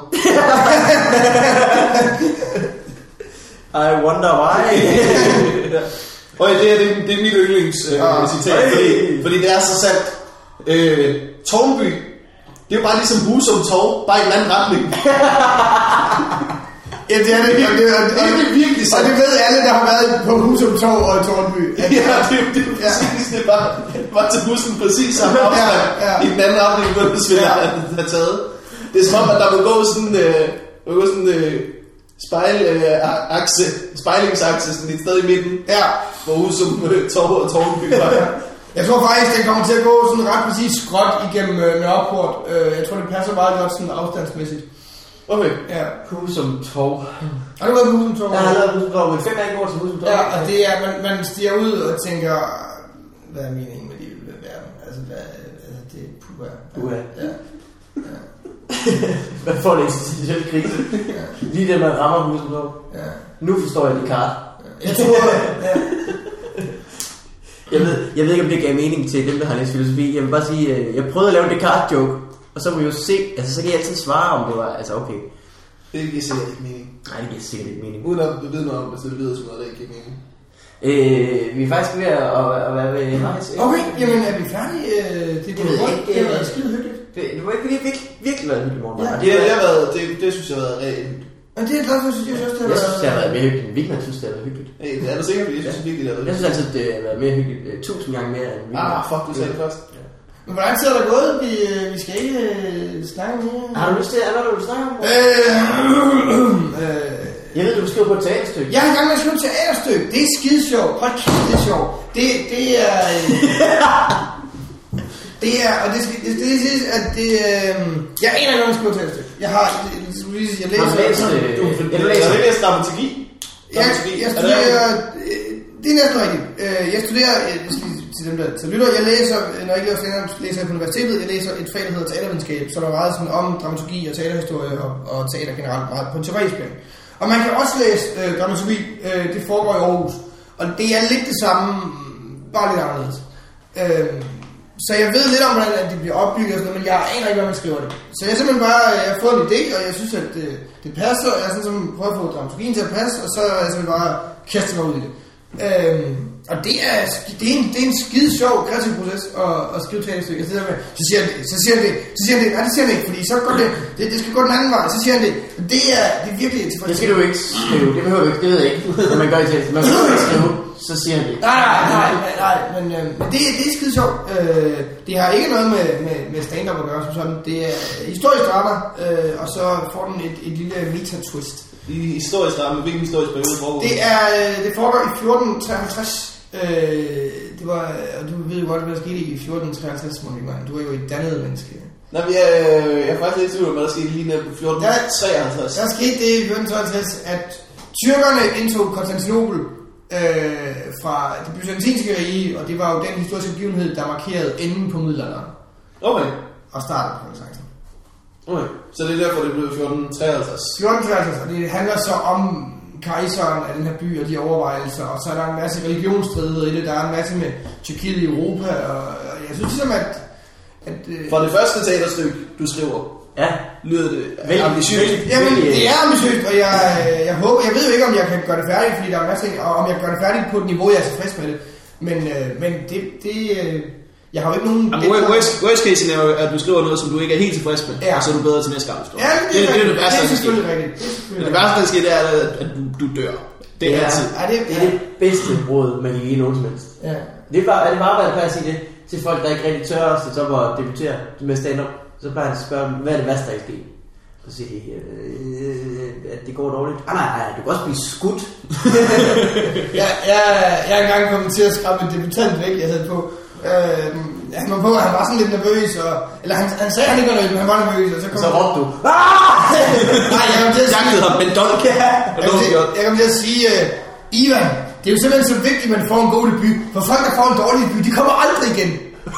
I wonder why. Og det er mit yndlings citat, fordi det er så sandt. Tårnby, det er jo bare ligesom Husum Torv, bare i en anden retning. Ja, det er det. Det er virkelig sandt. Og det ved alle, der har været på Husum Torv og i Tårnby. Ja, det er præcis. Det var til bussen præcis samme afstand i den anden retning, hvor det ville have taget. Det er som om, at der vil gå sådan spejlingsakse sådan et sted i midten. Ja. Hvor Husum Torv og Tårnby var. Jeg tror faktisk, den kommer til at gå sådan ret præcis skråt igennem Nørreport. Jeg tror, det passer meget godt sådan afstandsmæssigt. Okay. Ja. Husum Torv. Har du været på Husum Torv? Jeg har lavet Husum Torv, men 5 år til Husum Torv. Ja, og det er, man stiger ud og tænker, hvad er meningen med livet ved verden? Altså, det er puha. Ja. Man får en eksistentiel krise. Lige det, man rammer Husum Torv. Ja. Nu forstår jeg det kart. Jeg tror, Jeg ved ikke, om det gav mening til dem, der har læst filosofi. Jeg vil bare sige, jeg prøvede at lave en Descartes-joke, og så må vi jo se, altså så kan jeg altid svare, om det var, altså okay. Det giver sikkert ikke mening. Nej, det giver sikkert ikke mening. Uden at du ved noget om det, så det lyder som noget, der ikke giver mening. Vi er faktisk ved at være ved Rejs. Okay, jamen er vi færdige? Det har været skide hyggeligt. Det var ikke virkelig været hyggeligt, Morten. Det synes jeg har været rent. Og det er jeg glad for, synes jeg også, det har været mere hyggeligt. Vigman synes, det har været hyggeligt. Det er du sikkert, jeg synes virkelig, det har været hyggeligt. Jeg synes altid, det har været mere hyggeligt. 1000 gange mere end Vigman. Fuck, du sagde det først. Men hvor lang tid er der gået? Vi skal ikke snakke mere. Har du lyst til, hvad du vil snakke om? Jeg ved, du vil skrive på et teaterstykke. Jeg er i gang med at skrive et teaterstykke. Det er skide sjovt. Hold kæft, det er sjovt. Det er... Det er, og det siger, at det... Jeg aner ikke, om jeg skriver et teaterstykke. Jeg læser... Jeg læser dramaturgi. Jeg studerer... Det er næsten rigtigt. Jeg studerer... Til dem, der lytter. Jeg læser, når jeg læser på universitetet, jeg læser et fag, der hedder teatervidenskab, som er meget sådan om dramaturgi og teaterhistorie og teater generelt meget på en teoretisk plan. Og man kan også læse dramaturgi, det foregår i Aarhus. Og det er lidt det samme, bare lidt anderledes. Så jeg ved lidt om, hvordan de bliver opbygget og sådan noget, men jeg aner ikke, hvordan man skriver det. Så jeg simpelthen bare, jeg har fået en idé, og jeg synes, at det passer, og jeg sådan, prøver at få dramaturgien til at passe, og så er jeg simpelthen bare kastet mig ud i det. Og det er en skide sjov kreativ proces at skrive teaterstykker. Så siger han det. Nej, det siger han ikke, fordi så går det skal gå den anden vej. Så siger han det. Det er virkelig tilfældigt. Det skal du ikke skrive. Det behøver du ikke. Det ved jeg ikke. Når man gør det til. Man behøver ikke skrive. Så siger han det. Nej, men det er skide sjovt. Det har ikke noget med stand-up at gøre som sådan. Det er historisk drama, og så får den et lille meta-twist. I historisk drama, hvilken historisk periode foregår det foregår i 1453. Det var, og du ved jo godt, hvad der skete i 1453, Monika. Du er jo et dannet menneske. Nej, men jeg er faktisk lidt i tvivl om, hvad der skete lige nede på 1453. Der skete det i 1453, at tyrkerne indtog Konstantinopel fra det byzantinske rige, og det var jo den historiske begivenhed, der markerede enden på middelalderen. Okay. Og starten på renæssancen. Okay. Så det er derfor, det blev 1453. 1453, og det handler så om kejseren af den her by og de overvejelser, og så er der en masse religionsstridigheder i det, der er en masse med Tyrkiet i Europa, og jeg synes ligesom, at fra det første teaterstykke, du skriver, lyder det ambitiøst. Jamen, det er ambitiøst, og jeg håber, jeg ved jo ikke, om jeg kan gøre det færdigt, fordi der er en masse ting, og om jeg kan gøre det færdigt på et niveau, jeg er tilfreds med det, men det jeg har jo ikke nogen... Worst case er jo, at du skriver noget, som du ikke er helt tilfreds med, og så er du bedre til næste gang, du står. Ja, det er det værste, der sker. Det værste, der sker, det er, at du dør. Det er altid. Det er det bedste råd, man kan give nogen som helst. Ja. Det er bare, hvad der at sige det til folk, der ikke rigtig tør at stille op og debutere med stand-up. Så bare han spørger, hvad er det værste, der er sket? Så siger de, at det går dårligt. Nej, du kan også blive skudt. Jeg er engang kommet til at skræmme en debutant væk, jeg havde på. Han var på, han var sådan lidt nervøs, eller han sagde, han ikke var nervøs, men han var nervøs, og så kom... Så råbte du. Nej, jeg kom til at sige... ham, men Donald. Jeg kom til at sige, Ivan, det er jo simpelthen så vigtigt, at man får en god debut, for folk, der får en dårlig debut, de kommer aldrig igen.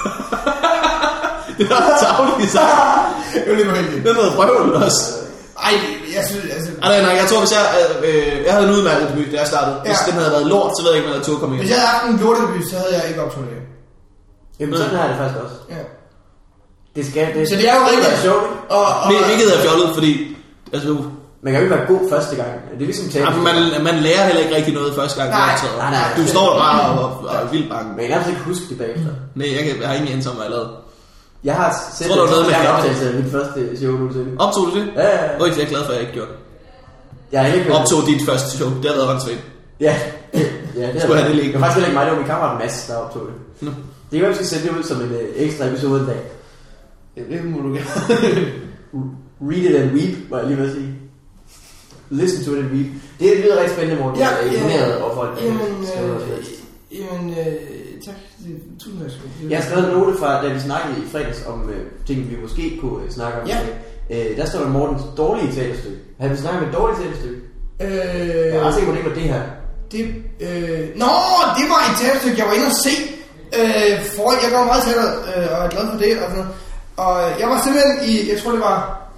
Det var tavligt sagt. Det var lidt uheldigt. Det er noget brøvl også. Ej, jeg synes, altså... Nej, jeg tror, hvis jeg havde en udmærket debut, da jeg startede. Hvis den havde været lort, så ved jeg ikke, hvad der tog at komme igen. Hvis jeg havde haft en lortedebut, så havde jeg ikke optaget det. Jamen, sådan er det faktisk også. Ja. Så det er jo rigtig sjovt. Hvilket er fjollet, fordi... Altså, man kan jo ikke være god første gang. Det er ligesom teater. Man lærer heller ikke rigtig noget første gang. Nej. Du står der bare og er vildt bange. Men jeg kan altså ikke huske det bagefter. Nej, jeg har ingen anelse om, hvad jeg lavede. Jeg har set en optagelse af mit første show nogensinde. Optog du det? Ja. Jeg er glad for, at jeg ikke gjorde det. Jeg har ikke optog dit første show. Det har været åndssvagt. Ja, det skulle have det ligge. Det var faktisk ikke mig, det var min kammerat Mads, der optog det. Det kan være, vi skal sætte det ud som en ekstra episode en dag. Det må du gerne. Read it and weep, var jeg lige ved at sige. Listen to it and weep. Det lyder rigtig spændende, Morten. Jeg er imponeret over folk. Jamen, tak. Tusind tak. Jeg har skrevet en note fra, da vi snakkede i fredags om ting, vi måske kunne snakke om. Der står der Mortens dårlige teaterstykke. Har vi snakket om et dårligt teaterstykke? Jeg er ret sikker på, det var det her. Det var et teaterstykke, jeg var inde og se. Jeg går meget teater, og er glad for det. Og sådan noget. Og jeg var simpelthen jeg tror det var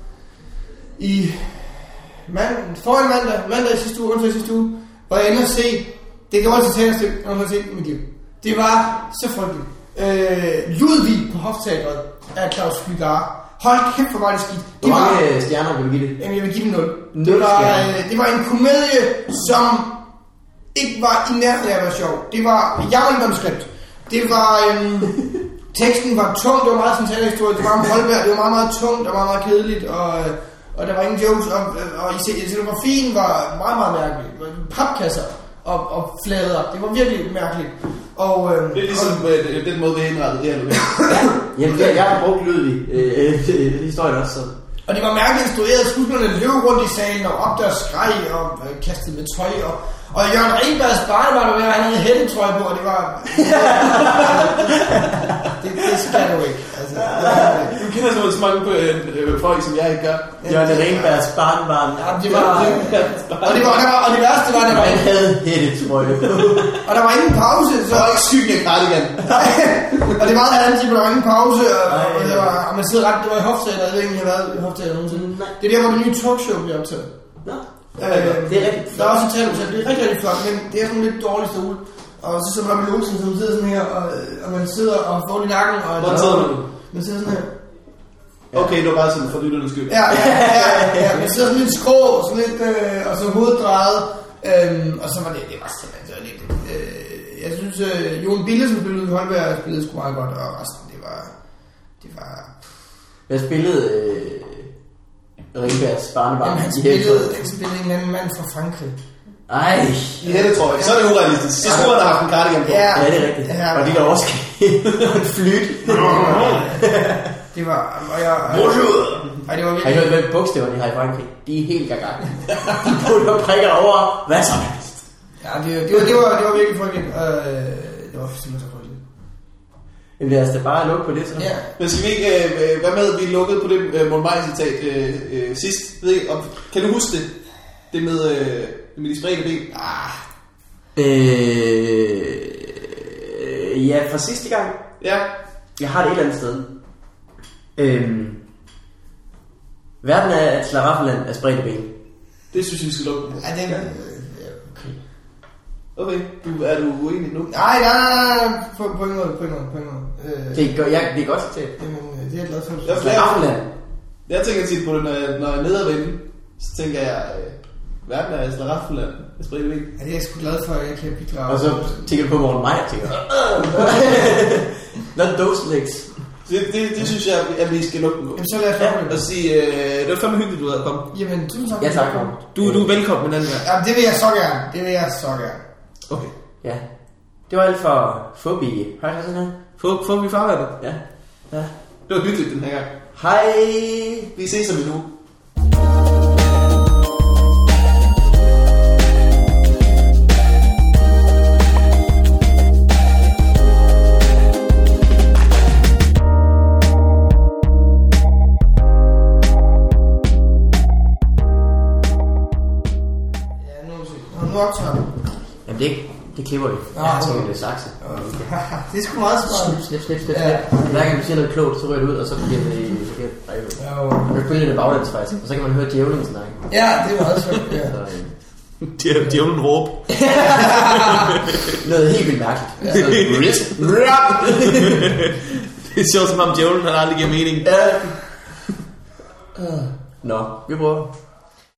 forrige mandag i sidste uge, onsdag i sidste uge, var jeg inde og se det dårligste teaterstykke, jeg har set i mit liv. Det var så frygteligt. Ludvig på Hofteatret af Claus Flygare. Hold kæft for mig det skidt. Hvor mange stjerner vil du give det? Jamen jeg vil give det 0. Det var en komedie, som ikke var i nærheden af at være sjov. Det var manuskript. Det var... teksten var tung, det var meget sådan teaterhistorie. Det var om Holberg, det var meget, meget tungt og meget, meget kedeligt. Og der var ingen jokes. Og scenografien var meget, meget mærkelig. Papkasser og flader. Det var virkelig mærkeligt. Og, det er ligesom den måde, vi har indrettet det her. Jamen, jeg har brugt Ludvig historien også sådan. Og det var mærkeligt instrueret. Skuespillerne løb rundt i salen og op der skreg og kastede med tøj. Og Jørgen Ringbergs barn var der ved, han havde hættetrøj på, og det var... det skal du ikke. Altså, du kender så mange folk, som jeg ikke gør. Jørgen Ringbergs barn. Ja, det var... Og det værste var, at han havde hættetrøj på. Og der var ingen pause. Så var ikke syg en cardigan. Og det var halvanden time, der var ingen pause. Og man sidder ret... Det var i Hofteatret. Jeg ved ikke, om jeg har været i Hofteatret nogensinde. Det er der, hvor det nye talkshow bliver optaget. Det er rigtigt. Der er også et teater, det er rigtig flot, men det er sådan lidt dårlig stol. Og så sidder man op i logen, så man sidder sådan her, og man sidder og får i nakken. Hvor sidder du? Man sidder sådan her. Okay, det var bare sådan for lytternes skyld. Ja. Man sidder sådan lidt skrå, sådan lidt, og så hovedet drejet. Og så var det var simpelthen lidt... jeg synes, Jon Bille, som spillede i Holberg, spillede sgu meget godt, og resten, det var... Jeg spillede Ringbergs barnebarn. Jamen, han spillede en anden mand fra Frankrig. Ej. Ja, det tror jeg. Så er det urealistisk. Så skulle han have haft en cardigan på. Ja, det er rigtigt. Ja. Og de der også en flyt. Det var... Og jeg... Ej, det var virkelig... Har I hørt, hvad bogstaverne de har i Frankrig? De er helt gaga. De putter prikker over. Hvad så? Ja, det var virkelig frygteligt. Det var simpelthen så frygteligt. Jamen det er altså bare at lukke på det, så. Ja. Men skal vi ikke... hvad med, vi lukkede på det Morten Meier-citat sidst? Ved ikke, kan du huske det? Det med de spredte ben? Ja, fra sidste gang. Ja. Jeg har det et eller andet sted. Verden er et slaraffenland af spredte ben. Det synes jeg, vi skal lukke på. Ja, det er... Okay, er du uenig nu? Nej, på en måde. Det er godt citat. Jamen, det er jeg glad for. Slaraffenland. Jeg tænker tit på det, når jeg er nede og vende, så tænker jeg, verden er et slaraffenland af spredte ben. Ja, det er jeg sgu glad for, at jeg kan bidrage. Og så tænker du på Morten Meier, tænker not those legs. Det synes jeg, at vi skal lukke den på. Jamen, så lad os lukke det. Og sige, det var fandme hyggeligt, du havde kommet. Jamen, tusind tak. Ja, tak. Du er velkommen med den her. Jamen, det vil jeg så gerne. Okay. Ja. Det var alt for Fobi. Hej, sådan her. Får vi farvandet? Ja. Det var hyggeligt den her gang. Hej. Vi ses om en uge. Nu optager du. Jamen det klipper vi. Ah, Så okay. det er sakse. Det er sgu meget smart. Slip. Ja. Hver gang du siger noget klogt, så ryger det ud, og så bliver det forkert. Man kan følge det baglæns faktisk, og så kan man høre djævlen snakke. Ja, det er meget svært. Ja. Djævlen råb. Noget helt vildt mærkeligt. Det er sjovt, som om djævlen aldrig giver mening. Nå, vi prøver.